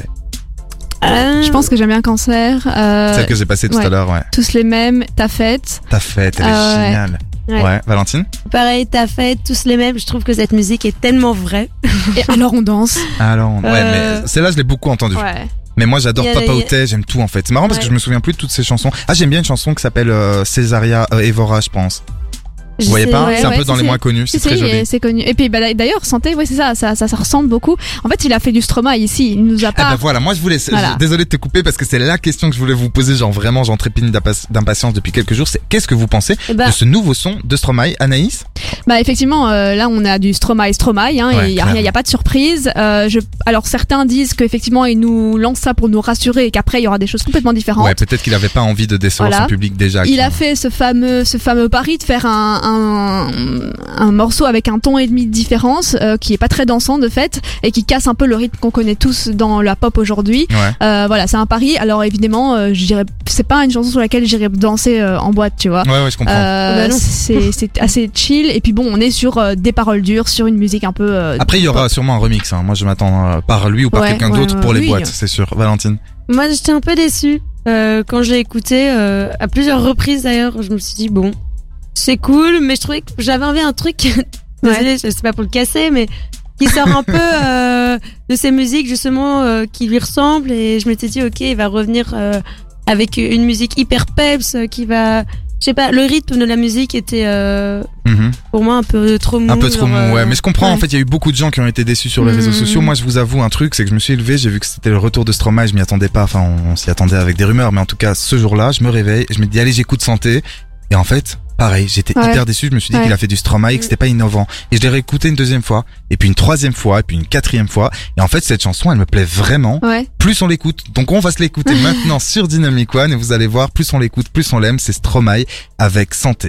Euh, Je pense que j'aime bien Cancer. Euh, Celle que j'ai passée tout ouais. à l'heure, ouais. Tous les mêmes, ta fête. Ta fête, elle est Ah ouais. géniale. Ouais. Ouais. Valentine? Pareil, t'as fait tous les mêmes. Je trouve que cette musique est tellement vraie. Et alors on danse. Alors, ouais, Euh, mais celle-là je l'ai beaucoup entendue. Ouais. Mais moi j'adore Il y a- Papa il y a- Outé, j'aime tout en fait. C'est marrant parce que Ouais. je me souviens plus de toutes ces chansons. Ah, j'aime bien une chanson qui s'appelle euh, Césaria euh, Evora, je pense. Je Vous voyez sais- pas? ouais, C'est un ouais, peu dans si, les si. moins connus, c'est Si, très si, joli. et c'est connu. Et puis bah, d'ailleurs, Santé, ouais, c'est ça, ça, ça, ça ressemble beaucoup. En fait, il a fait du Stromae ici. Il nous a Ah pas. bah voilà, moi je voulais, Voilà. je- désolé de te couper parce que c'est la question que je voulais vous poser, genre vraiment j'en trépigne d'impa- d'impatience depuis quelques jours, c'est qu'est-ce que vous pensez Eh ben, de ce nouveau son de Stromae, Anaïs? Bah effectivement, euh, là on a du Stromae, Stromae, hein, Ouais, et il y a clair. rien, y a pas de surprise. Euh, je, alors certains disent qu'effectivement il nous lance ça pour nous rassurer et qu'après il y aura des choses complètement différentes. Ouais, peut-être qu'il avait pas envie de décevoir Voilà. son public déjà. Il qui- a fait ce fameux, ce fameux pari de faire un, un, un morceau avec un ton et demi de différence, euh, qui est pas très dansant de fait, et qui casse un peu le rythme qu'on connaît tous dans la pop aujourd'hui. Ouais. Euh, voilà, c'est un pari. Alors évidemment, euh, je dirais, c'est pas une chanson sur laquelle j'irais danser euh, en boîte, tu vois. Ouais, ouais, je comprends. Euh, Bah non. c'est c'est assez chill, et puis bon, on est sur euh, des paroles dures, sur une musique un peu. euh, Après, il y aura sûrement un remix. Hein. Moi, je m'attends euh, par lui ou par Ouais, quelqu'un ouais, d'autre ouais, pour les oui. boîtes, c'est sûr. Valentine. moi, j'étais un peu déçue euh, quand je l'ai écouté euh, à plusieurs reprises d'ailleurs. Je me suis dit bon, c'est cool, mais je trouvais que j'avais envie d'un truc. Désolée, je sais pas pour le casser, mais qui sort un peu euh, de ces musiques justement euh, qui lui ressemblent. Et je m'étais dit ok, il va revenir euh, avec une musique hyper peps euh, qui va, je sais pas, le rythme de la musique était euh, Mhm. pour moi un peu trop mou. Un peu trop genre, mou, ouais. euh, Mais je comprends, ouais. en fait, il y a eu beaucoup de gens qui ont été déçus sur les Mhm. réseaux sociaux. Moi, je vous avoue un truc, c'est que je me suis élevé, j'ai vu que c'était le retour de Stromae, je m'y attendais pas. Enfin, on, on s'y attendait avec des rumeurs, mais en tout cas, ce jour-là, je me réveille, je me dis, allez, j'écoute Santé. Et en fait, pareil, j'étais Ouais. hyper déçu, je me suis dit Ouais. qu'il a fait du Stromae et que c'était pas innovant. Et je l'ai réécouté une deuxième fois, et puis une troisième fois, et puis une quatrième fois. Et en fait, cette chanson, elle me plaît vraiment. Ouais. Plus on l'écoute, donc on va se l'écouter maintenant sur Dynamic One, et vous allez voir, plus on l'écoute, plus on l'aime, c'est Stromae avec Santé.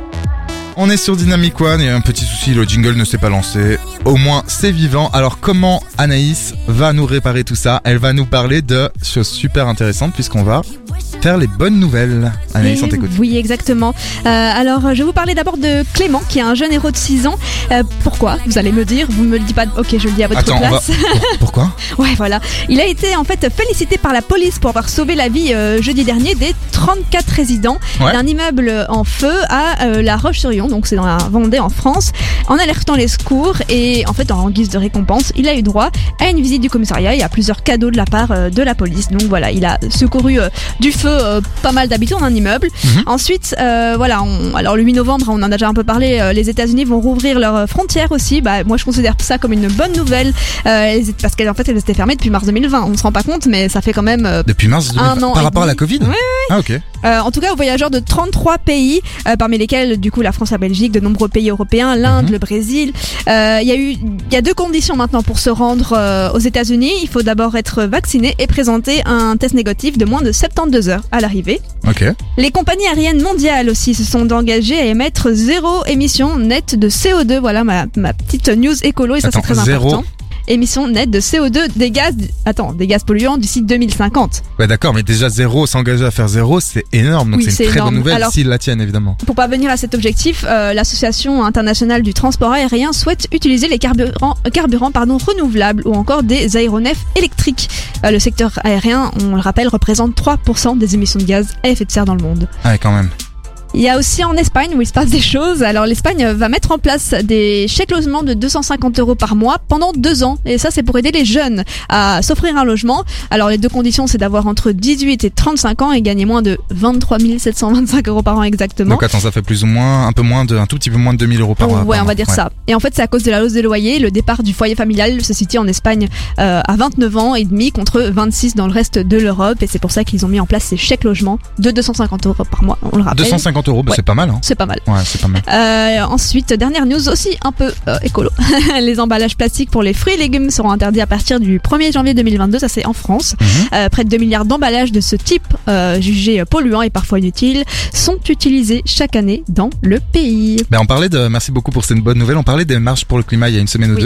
On est sur Dynamic One, il y a un petit souci, le jingle ne s'est pas lancé. Au moins, c'est vivant. Alors comment Anaïs va nous réparer tout ça? Elle va nous parler de choses super intéressantes puisqu'on va faire les bonnes nouvelles. Anaïs, on Et t'écoute. Oui, exactement. Euh, alors, je vais vous parler d'abord de Clément, qui est un jeune héros de six ans. Euh, pourquoi? Vous allez me dire. Vous me le dites pas. Ok, je le dis à votre Attends, on va... place. Pour- Pourquoi? Ouais, voilà. Il a été en fait félicité par la police pour avoir sauvé la vie euh, jeudi dernier des trente-quatre résidents Ouais. d'un immeuble en feu à euh, La Roche-sur-Yon, donc c'est dans la Vendée en France, en alertant les secours. Et en fait, en guise de récompense, il a eu droit à une visite du commissariat et à plusieurs cadeaux de la part euh, de la police. Donc voilà, il a secouru euh, du feu euh, pas mal d'habitants d'un immeuble. Mhm. Ensuite, euh, voilà, on, alors le huit novembre, on en a déjà un peu parlé, euh, les États-Unis vont rouvrir leurs frontières aussi. Bah, moi, je considère ça comme une bonne nouvelle euh, elles étaient- parce qu'en fait, elles étaient fermées depuis mars deux mille vingt. On se rend pas compte, mais ça fait quand même euh, Depuis mars deux mille vingt. Un an Par et rapport à la demi. Covid? Ouais, Ah, ok. Euh, en tout cas aux voyageurs de trente-trois pays, euh, parmi lesquels du coup la France, la Belgique, de nombreux pays européens, l'Inde, Mhm. le Brésil. Euh, Il y a eu, il y a deux conditions maintenant pour se rendre euh, aux États-Unis. Il faut d'abord être vacciné et présenter un test négatif de moins de soixante-douze heures à l'arrivée. Ok. Les compagnies aériennes mondiales aussi se sont engagées à émettre zéro émission nette de C O deux. Voilà ma, ma petite news écolo et ça Attends, c'est très zéro. important. Émission nette de C O deux des gaz, attends, des gaz polluants d'ici deux mille cinquante. Ouais, d'accord, mais déjà zéro, s'engager à faire zéro, c'est énorme. Donc Oui, c'est c'est une très énorme. bonne nouvelle Alors- s'ils la tiennent, évidemment. Pour parvenir à cet objectif, euh, l'Association internationale du transport aérien souhaite utiliser les carburants, euh, carburants pardon, renouvelables ou encore des aéronefs électriques. Euh, le secteur aérien, on le rappelle, représente trois pour cent des émissions de gaz à effet de serre dans le monde. Ouais, quand même. Il y a aussi en Espagne où il se passe des choses. Alors l'Espagne va mettre en place des chèques logements de deux cent cinquante euros par mois pendant deux ans. Et ça, c'est pour aider les jeunes à s'offrir un logement. Alors les deux conditions, c'est d'avoir entre dix-huit et trente-cinq ans et gagner moins de vingt-trois mille sept cent vingt-cinq euros par an exactement. Donc attends, ça fait plus ou moins, un peu moins de, un tout petit peu moins de deux mille euros par mois. Ouais, par on va mois. dire Ouais. ça. Et en fait, c'est à cause de la hausse des loyers. Le départ du foyer familial se situe en Espagne euh, à vingt-neuf ans et demi contre vingt-six dans le reste de l'Europe. Et c'est pour ça qu'ils ont mis en place ces chèques logements de deux cent cinquante euros par mois. On le rappelle. deux cent cinquante euros, bah, Ouais. c'est pas mal, hein. C'est pas mal. Ouais, c'est pas mal. Euh, ensuite, dernière news aussi un peu euh, écolo. Les emballages plastiques pour les fruits et légumes seront interdits à partir du premier janvier deux mille vingt-deux. Ça, c'est en France. Mhm. Euh, près de deux milliards d'emballages de ce type, euh, jugés polluants et parfois inutiles, sont utilisés chaque année dans le pays. Ben on parlait de, merci beaucoup pour cette bonne nouvelle, on parlait des marches pour le climat il y a une semaine ou Oui. deux.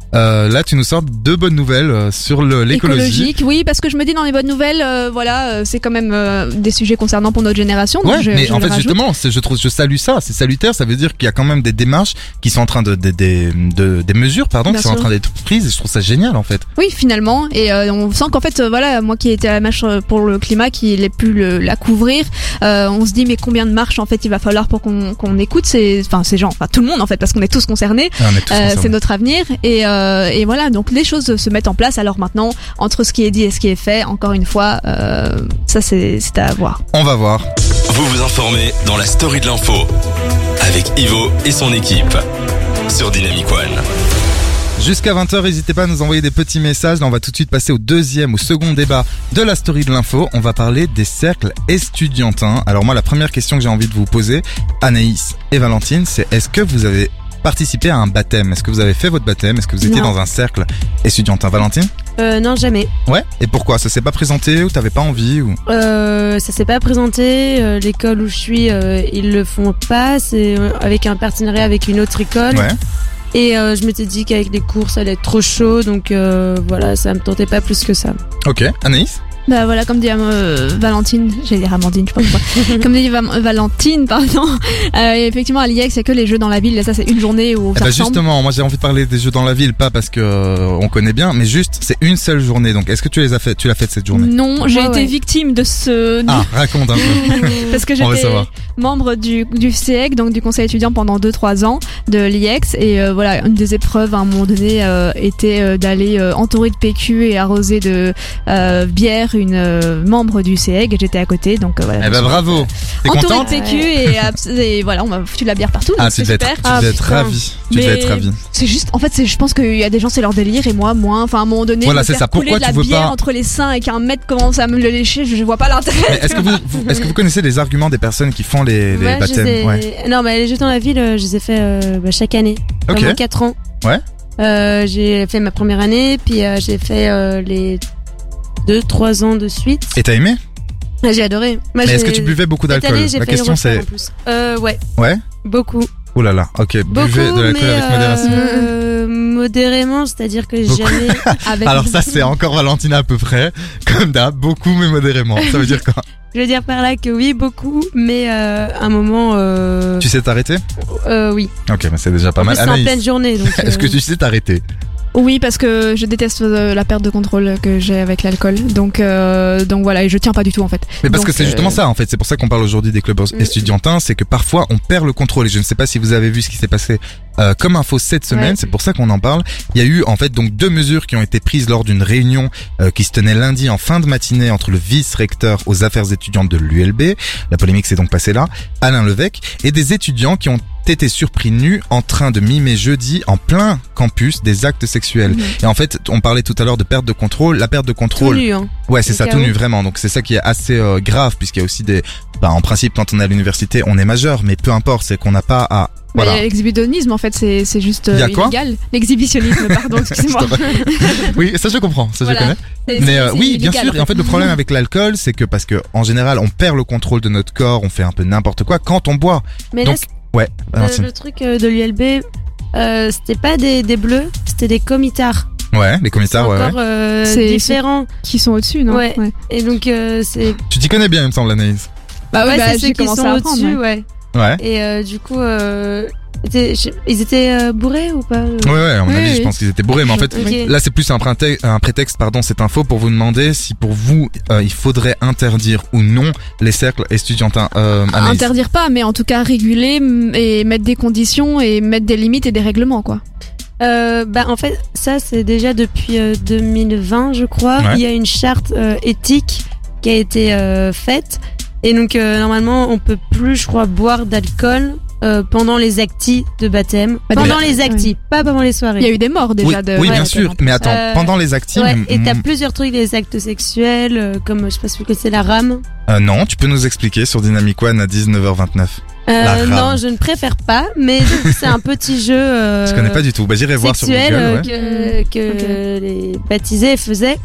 Euh, là, tu nous sors deux bonnes nouvelles euh, sur le, l'écologie. Écologique, oui, parce que je me dis dans les bonnes nouvelles, euh, voilà, euh, c'est quand même euh, des sujets concernants pour notre génération. Donc Ouais, je, mais je en le fait, rajoute. justement, c'est, je trouve, je salue ça. C'est salutaire. Ça veut dire qu'il y a quand même des démarches qui sont en train de, de, de, de des mesures, pardon, Bien qui sont en sûr. train d'être prises. Et je trouve ça génial, en fait. Oui, finalement, et euh, on sent qu'en fait, euh, voilà, moi qui étais à la marche pour le climat, qui n'ai pu le, la couvrir, euh, on se dit mais combien de marches en fait il va falloir pour qu'on, qu'on écoute ces, enfin ces gens, enfin tout le monde en fait, parce qu'on est tous concernés. Et on est tous Euh, concernés. c'est notre avenir et, euh, et voilà, donc les choses se mettent en place. Alors maintenant, entre ce qui est dit et ce qui est fait, encore une fois, euh, ça c'est, c'est à voir. On va voir. Vous vous informez dans la story de l'info avec Ivo et son équipe sur Dynamic One. Jusqu'à vingt heures, n'hésitez pas à nous envoyer des petits messages. Là, on va tout de suite passer au deuxième ou second débat de la story de l'info. On va parler des cercles estudiantins. Alors moi, la première question que j'ai envie de vous poser, Anaïs et Valentine, c'est est-ce que vous avez participé à un baptême? Est-ce que vous avez fait votre baptême? Est-ce que vous étiez Non. dans un cercle estudiantin? Valentine? Euh, non, jamais. Ouais. Et pourquoi? Ça s'est pas présenté ou t'avais pas envie ou... Euh, ça s'est pas présenté. euh, l'école où je suis, euh, ils le font pas. C'est euh, avec un partenariat avec une autre école. Ouais. Et euh, je m'étais dit qu'avec les cours, ça allait être trop chaud. Donc euh, voilà, ça me tentait pas plus que ça. Ok. Anaïs? Bah voilà, comme dit euh, Valentine, j'allais dire Amandine, je sais pas pourquoi. Comme dit Va- Valentine, pardon. Euh, effectivement, à l'I E X, c'est que les jeux dans la ville. Et ça, c'est une journée où Eh ça ben ressemble. justement, moi j'ai envie de parler des jeux dans la ville, pas parce que euh, on connaît bien, mais juste c'est une seule journée. Donc est-ce que tu les as fait? Tu l'as fait cette journée? Non, j'ai Ouais, été ouais. victime de ce. Ah, raconte un peu. Parce que On veut j'étais savoir. membre du, du C E C, donc du conseil étudiant pendant deux trois ans de l'I E X. Et euh, voilà, une des épreuves à un moment donné euh, était euh, d'aller euh, entourer de P Q et arroser de euh, bière une euh, membre du C E C. Et j'étais à côté, donc euh, voilà. Eh ben bravo. T'es Entourée contente? de P Q et, abs- et voilà, on m'a foutu de la bière partout. Ah, donc tu c'est devais être, super. tu Ah, devais être putain. ravi. Tu Mais devais être ravi. C'est juste, en fait, c'est, je pense qu'il y a des gens, c'est leur délire, et moi, moins. Enfin, à un moment donné, Voilà, me c'est faire ça. couler Pourquoi de la tu veux bière pas- entre les seins et qu'un mec commence à me le lécher, je, je vois pas l'intérêt. Mais est-ce que vous, vous- est-ce que vous connaissez les arguments des personnes qui font les, les Ouais, je baptêmes? les ai- Ouais. Non, mais les jeux dans la ville, euh, je les ai fait euh, bah, chaque année. Ok. Pendant quatre ans. Ouais. Euh, j'ai fait ma première année, puis euh, j'ai fait euh, les deux, trois ans de suite. Et t'as aimé? Ah, j'ai adoré. Moi, Mais est-ce j'ai- que tu buvais beaucoup Cette d'alcool? année, j'ai La fait le question refaire c'est, en plus. Euh, ouais, ouais? beaucoup. Oh là là. Ok. Beaucoup, Buvez de l'alcool mais avec modération. euh, modérément, c'est-à-dire que Beaucoup. jamais. Avec Alors ça c'est encore Valentine à peu près. Comme d'hab, beaucoup mais modérément. Ça veut dire quoi? Je veux dire par là que oui, beaucoup, mais euh, à un moment, euh, Tu sais t'arrêter? euh, oui. Ok, mais c'est déjà pas En plus, mal. c'est en Anaïs, pleine journée, donc. est-ce que euh, tu sais t'arrêter? Oui, parce que je déteste euh, la perte de contrôle que j'ai avec l'alcool. Donc, euh, donc voilà, et je tiens pas du tout en fait. Mais parce Donc, que c'est justement euh, ça en fait, c'est pour ça qu'on parle aujourd'hui des clubs Mm. estudiantins, c'est que parfois on perd le contrôle et je ne sais pas si vous avez vu ce qui s'est passé euh, comme info cette semaine, Ouais. c'est pour ça qu'on en parle. Il y a eu en fait donc deux mesures qui ont été prises lors d'une réunion euh, qui se tenait lundi en fin de matinée entre le vice-recteur aux affaires étudiantes de l'U L B, la polémique s'est donc passée là, Alain Levesque, et des étudiants qui ont été surpris nus en train de mimer jeudi en plein campus des actes sexuels. Mhm. Et en fait, on parlait tout à l'heure de perte de contrôle, la perte de tout contrôle. nu, hein. Ouais, c'est Au ça, cas tout où. nu, vraiment. Donc c'est ça qui est assez euh, grave, puisqu'il y a aussi des... Bah, en principe, quand on est à l'université, on est majeur, mais peu importe, c'est qu'on n'a pas à... bah, Voilà. il y a l'exhibitionnisme en fait, c'est, c'est juste Il y euh, a quoi illégal. L'exhibitionnisme, pardon, excusez-moi. Oui, ça je comprends, ça Voilà. je connais. C'est- Mais c'est- euh, c'est oui, bien illégal, sûr. Et en fait, le problème avec l'alcool, c'est que parce que en général, on perd le contrôle de notre corps, on fait un peu n'importe quoi quand on boit. Mais Donc, là, Ouais. Euh, Valentine. le truc euh, de l'U L B, euh, c'était pas des, des bleus, c'était des comitards. Ouais, les C'est commissaires, ouais, ouais. encore euh, C'est- différent. Qui sont au-dessus, non? Ouais. Et donc euh, c'est Tu t'y connais bien, il me semble, Anaïs. Bah oui, ouais, bah, c'est j'ai ceux qui commencé sont à apprendre. au-dessus, ouais. ouais. Ouais. Et euh, du coup, euh, étaient- je- ils étaient euh, bourrés ou pas? Ouais, ouais, à mon Oui, avis, oui. je pense qu'ils étaient bourrés, mais en fait, Ok. là, c'est plus un, prétexte, un prétexte, pardon, cette info pour vous demander si pour vous, euh, il faudrait interdire ou non les cercles estudiantins. Euh, Anaïs. Interdire pas, mais en tout cas réguler m- et mettre des conditions et mettre des limites et des règlements, quoi. Euh, bah en fait, ça c'est déjà depuis euh, deux mille vingt, je crois. Ouais. Il y a une charte euh, éthique qui a été euh, faite. Et donc euh, normalement, on peut plus, je crois, boire d'alcool euh, pendant les actis de baptême. Bah, pendant déjà- les actis, pas pendant les soirées. Il y a eu des morts déjà Oui, de. oui, ouais, bien de- sûr. Mais attends, Euh, pendant les actifs, Ouais, m- et t'as m- plusieurs trucs, des actes sexuels, euh, comme je sais pas si que c'est la rame. euh, non, tu peux nous expliquer sur Dynamic One à dix-neuf heures vingt-neuf. La Euh, rame. non, je ne préfère pas, mais c'est un petit jeu euh, Je connais pas du tout. Bah, j'irai voir sur sexuel Google. euh, Ouais. que, que Ok. les baptisés faisaient.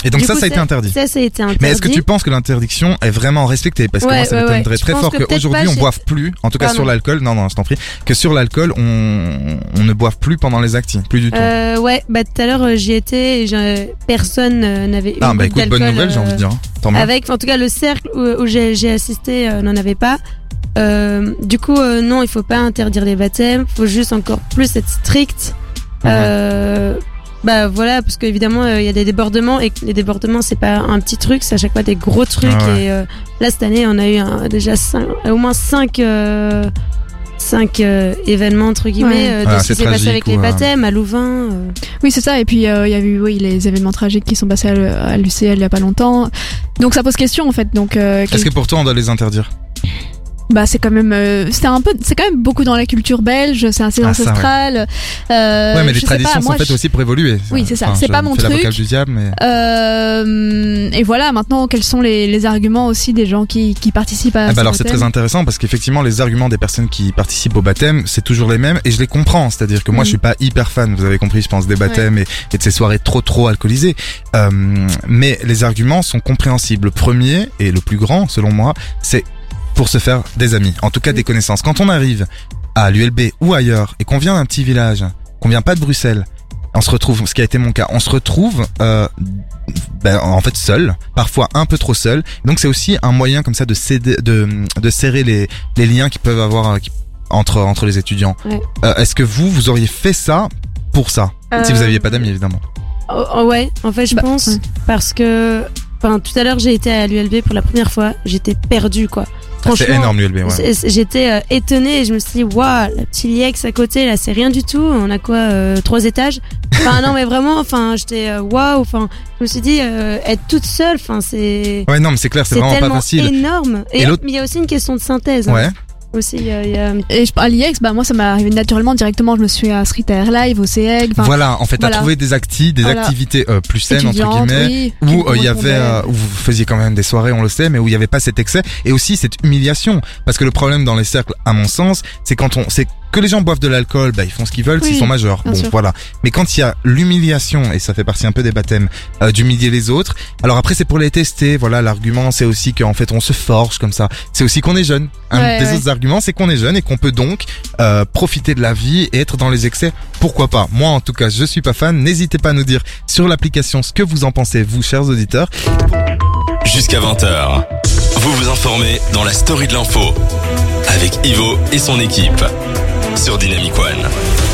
Et donc Du ça, coup, ça a été c'est- interdit. Ça, ça a été interdit. Mais est-ce que tu penses que l'interdiction est vraiment respectée? Parce que Ouais, moi, ça ouais, m'étonnerait ouais. Je très pense fort que peut-être qu'aujourd'hui, pas on chez- boive plus, en tout cas Pardon. sur l'alcool, non, non, je t'en prie, que sur l'alcool, on, on ne boive plus pendant les actes, plus du tout. Euh, ouais, bah tout à l'heure euh, j'y étais et j'ai- personne euh, n'avait eu ah, une bah goutte écoute, bonne d'alcool, nouvelle, j'ai envie de euh, dire. hein. Tant mieux. Avec, en tout cas, le cercle où, où j'ai, j'ai assisté euh, n'en avait pas. Euh, du coup, euh, non, il faut pas interdire les baptêmes. Faut juste encore plus être strict. Mhm. Euh, bah voilà, parce qu'évidemment, il y a des débordements et que les débordements, c'est pas un petit truc, c'est à chaque fois des gros trucs. Ah ouais. Et euh, là, cette année, on a eu un, déjà cinq, au moins cinq. Euh, cinq euh, événements entre guillemets Ouais. euh, de Ah, ce qui c'est s'est passé tragique, avec les ou, euh, baptêmes à Louvain. euh. Oui, c'est ça. Et puis, euh, il y a eu oui, les événements tragiques qui sont passés à, l- à l'U C L il y a pas longtemps. Donc, ça pose question, en fait. Donc, euh, Est-ce que pour toi, on doit les interdire? bah, c'est quand même, euh, c'est un peu, c'est quand même beaucoup dans la culture belge. C'est assez Ah, ça, ouais. ancestral. Euh, Ouais, mais les je sais traditions pas, sont moi, faites je- aussi pour évoluer. Oui, c'est ça. Enfin, C'est je pas me mon fais l'avocat truc. du diable, mais. Euh, et voilà, maintenant, quels sont les, les arguments aussi des gens qui, qui participent à Ah ce bah alors c'est baptême très intéressant parce qu'effectivement les arguments des personnes qui participent au baptême c'est toujours les mêmes et je les comprends, c'est-à-dire que moi Mhm. je suis pas hyper fan, vous avez compris je pense des baptêmes et, et de ces soirées trop trop alcoolisées, euh, mais les arguments sont compréhensibles. Le premier et le plus grand selon moi c'est pour se faire des amis, en tout cas des connaissances. Quand on arrive à l'U L B ou ailleurs et qu'on vient d'un petit village, qu'on vient pas de Bruxelles, on se retrouve, ce qui a été mon cas, on se retrouve euh, ben, en fait seul, parfois un peu trop seul. Donc c'est aussi un moyen comme ça de, céder, de, de serrer les, les liens qui peuvent avoir euh, qui- entre, entre les étudiants. Ouais. Euh, est-ce que vous, vous auriez fait ça pour ça? Si vous Euh, aviez pas d'amis évidemment. Oh, oh, ouais, en fait, je Bah, pense ouais. parce que, enfin, tout à l'heure, j'ai été à l'U L B pour la première fois. J'étais perdue, quoi. Ah, c'est Franchement, énorme l'U L B, ouais. c'est- c'est- j'étais euh, étonnée et je me suis dit, waouh, la petite Liex à côté, là, c'est rien du tout. On a quoi, euh, trois étages? Enfin, non, mais vraiment, enfin, j'étais euh, waouh. Enfin, je me suis dit, euh, être toute seule, enfin, c'est Ouais non mais c'est clair, c'est c'est vraiment pas tellement facile. énorme. Et Et l'autre- mais il y a aussi une question de synthèse. hein, Ouais. aussi, il y a- il y a- Et je, à l'I X, bah moi ça m'est arrivé naturellement directement. Je me suis inscrite à Air Live, au C E G. Enfin, Voilà, en fait, t'as voilà. trouvé des acti, des Voilà. activités euh, plus saines entre étudiante, guillemets. oui, qui Où me euh, il y avait, correspondaient. euh, où vous faisiez quand même des soirées, on le sait, mais où il y avait pas cet excès et aussi cette humiliation. Parce que le problème dans les cercles, à mon sens, c'est quand on, c'est que les gens boivent de l'alcool, bah ils font ce qu'ils veulent Oui, s'ils sont majeurs. bien Bon, sûr. voilà. Mais quand il y a l'humiliation et ça fait partie un peu des baptêmes, euh, d'humilier les autres. Alors après, c'est pour les tester. Voilà, l'argument, c'est aussi qu'en fait, on se forge comme ça. C'est aussi qu'on est jeune. Un Ouais, des ouais. autres arguments, c'est qu'on est jeune et qu'on peut donc euh, profiter de la vie et être dans les excès. Pourquoi pas? Moi, en tout cas, je suis pas fan. N'hésitez pas à nous dire sur l'application ce que vous en pensez, vous, chers auditeurs. Jusqu'à vingt heures, vous vous informez dans la story de l'info avec Ivo et son équipe sur Dynamic One.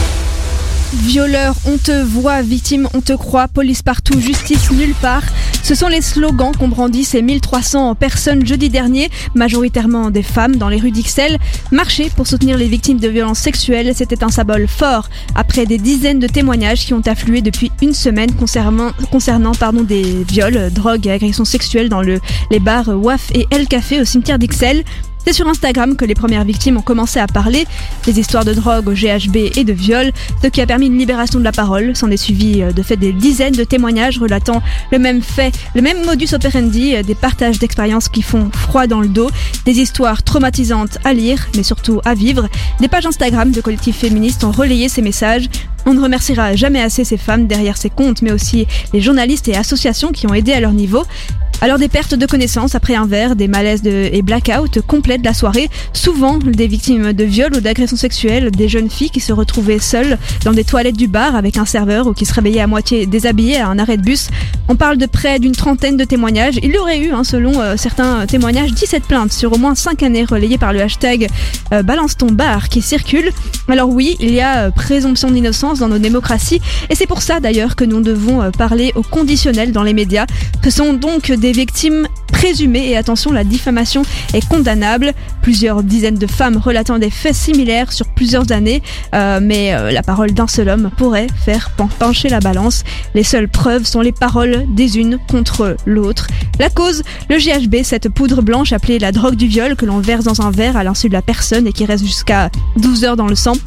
Violeur, on te voit, victime, on te croit, police partout, justice nulle part. Ce sont les slogans qu'ont brandis ces mille trois cents personnes jeudi dernier, majoritairement des femmes, dans les rues d'Ixelles. Marcher pour soutenir les victimes de violences sexuelles, c'était un symbole fort. Après des dizaines de témoignages qui ont afflué depuis une semaine concernant, concernant pardon, des viols, drogues et agressions sexuelles dans le, les bars W A F et El Café au cimetière d'Ixelles. C'est sur Instagram que les premières victimes ont commencé à parler des histoires de drogue au G H B et de viol, ce qui a permis une libération de la parole. S'en est suivi euh, de fait des dizaines de témoignages relatant le même fait, le même modus operandi, euh, des partages d'expériences qui font froid dans le dos, des histoires traumatisantes à lire, mais surtout à vivre. Des pages Instagram de collectifs féministes ont relayé ces messages. On ne remerciera jamais assez ces femmes derrière ces comptes, mais aussi les journalistes et associations qui ont aidé à leur niveau. Alors des pertes de connaissances après un verre, des malaises de, et blackout complètes de la soirée, souvent des victimes de viols ou d'agressions sexuelles, des jeunes filles qui se retrouvaient seules dans des toilettes du bar avec un serveur ou qui se réveillaient à moitié déshabillées à un arrêt de bus. On parle de près d'une trentaine de témoignages. Il y aurait eu, hein, selon euh, certains témoignages, dix-sept plaintes sur au moins cinq années relayées par le hashtag euh, Balance ton bar qui circule. Alors oui, il y a euh, présomption d'innocence dans nos démocraties et c'est pour ça d'ailleurs que nous devons euh, parler au conditionnel dans les médias. Ce sont donc des victimes présumées et attention, la diffamation est condamnable. Plusieurs dizaines de femmes relatant des faits similaires sur plusieurs années, euh, mais euh, la parole d'un seul homme pourrait faire pen- pencher la balance. Les seules preuves sont les paroles des unes contre l'autre. La cause, le G H B, cette poudre blanche appelée la drogue du viol que l'on verse dans un verre à l'insu de la personne et qui reste jusqu'à douze heures dans le sang.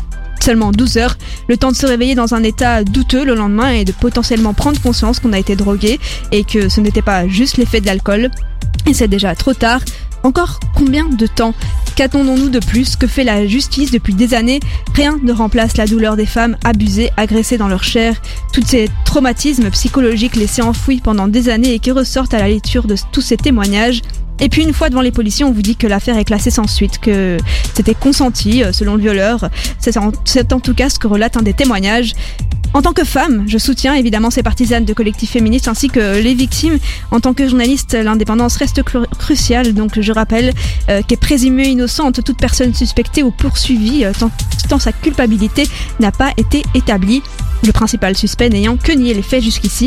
Seulement douze heures, le temps de se réveiller dans un état douteux le lendemain et de potentiellement prendre conscience qu'on a été drogué et que ce n'était pas juste l'effet de l'alcool. Et c'est déjà trop tard. Encore combien de temps ? Qu'attendons-nous de plus ? Que fait la justice depuis des années ? Rien ne remplace la douleur des femmes abusées, agressées dans leur chair. Tous ces traumatismes psychologiques laissés enfouis pendant des années et qui ressortent à la lecture de tous ces témoignages. Et puis une fois devant les policiers, on vous dit que l'affaire est classée sans suite, que c'était consenti selon le violeur. C'est en, c'est en tout cas ce que relate un des témoignages. En tant que femme, je soutiens évidemment ces partisanes de collectifs féministes ainsi que les victimes. En tant que journaliste, l'indépendance reste cru- cruciale, donc je rappelle euh, qu'est présumée innocente toute personne suspectée ou poursuivie euh, tant, tant sa culpabilité n'a pas été établie, le principal suspect n'ayant que nié les faits jusqu'ici.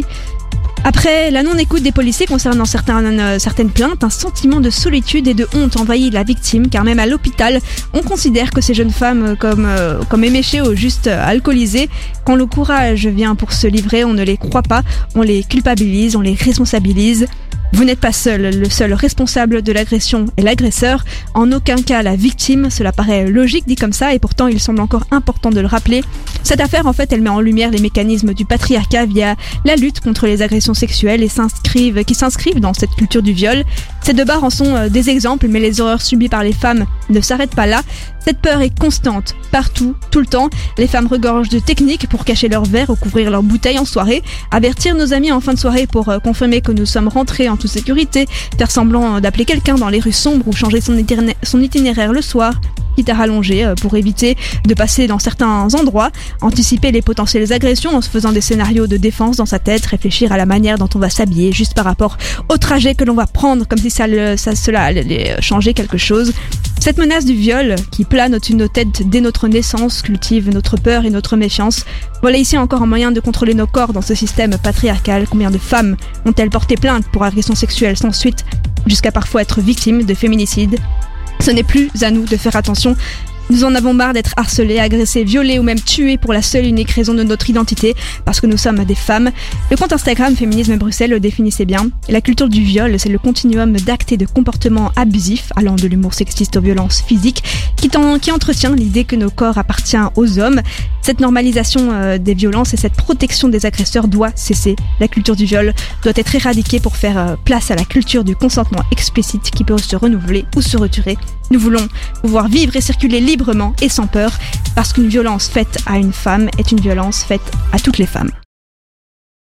Après la non-écoute des policiers concernant certains, euh, certaines plaintes, un sentiment de solitude et de honte envahit la victime, car même à l'hôpital, on considère que ces jeunes femmes comme, euh, comme éméchées ou juste euh, alcoolisées. Quand le courage vient pour se livrer, on ne les croit pas, on les culpabilise, on les responsabilise. Vous n'êtes pas seul, le seul responsable de l'agression est l'agresseur, en aucun cas la victime, cela paraît logique dit comme ça et pourtant il semble encore important de le rappeler. Cette affaire en fait elle met en lumière les mécanismes du patriarcat via la lutte contre les agressions sexuelles et s'inscrivent, qui s'inscrivent dans cette culture du viol. Ces deux barres en sont des exemples, mais les horreurs subies par les femmes ne s'arrêtent pas là. Cette peur est constante, partout, tout le temps. Les femmes regorgent de techniques pour cacher leurs verres ou couvrir leurs bouteilles en soirée, avertir nos amis en fin de soirée pour confirmer que nous sommes rentrés en toute sécurité, faire semblant d'appeler quelqu'un dans les rues sombres ou changer son, itinéré- son itinéraire le soir, quitte à rallonger pour éviter de passer dans certains endroits, anticiper les potentielles agressions en se faisant des scénarios de défense dans sa tête, réfléchir à la manière dont on va s'habiller juste par rapport au trajet que l'on va prendre, comme si ça, le, ça cela allait changer quelque chose. Cette menace du viol qui plane au-dessus de nos têtes dès notre naissance cultive notre peur et notre méfiance. Voilà ici encore un moyen de contrôler nos corps dans ce système patriarcal. Combien de femmes ont-elles porté plainte pour agression sexuelle sans suite, jusqu'à parfois être victimes de féminicide ? Ce n'est plus à nous de faire attention. Nous en avons marre d'être harcelés, agressés, violés ou même tués pour la seule et unique raison de notre identité, parce que nous sommes des femmes. Le compte Instagram Féminisme Bruxelles le définissait bien. La culture du viol, c'est le continuum d'actes et de comportements abusifs, allant de l'humour sexiste aux violences physiques, qui, qui entretient l'idée que nos corps appartiennent aux hommes. Cette normalisation euh, des violences et cette protection des agresseurs doit cesser. La culture du viol doit être éradiquée pour faire euh, place à la culture du consentement explicite qui peut se renouveler ou se retirer. Nous voulons pouvoir vivre et circuler librement et sans peur, parce qu'une violence faite à une femme est une violence faite à toutes les femmes.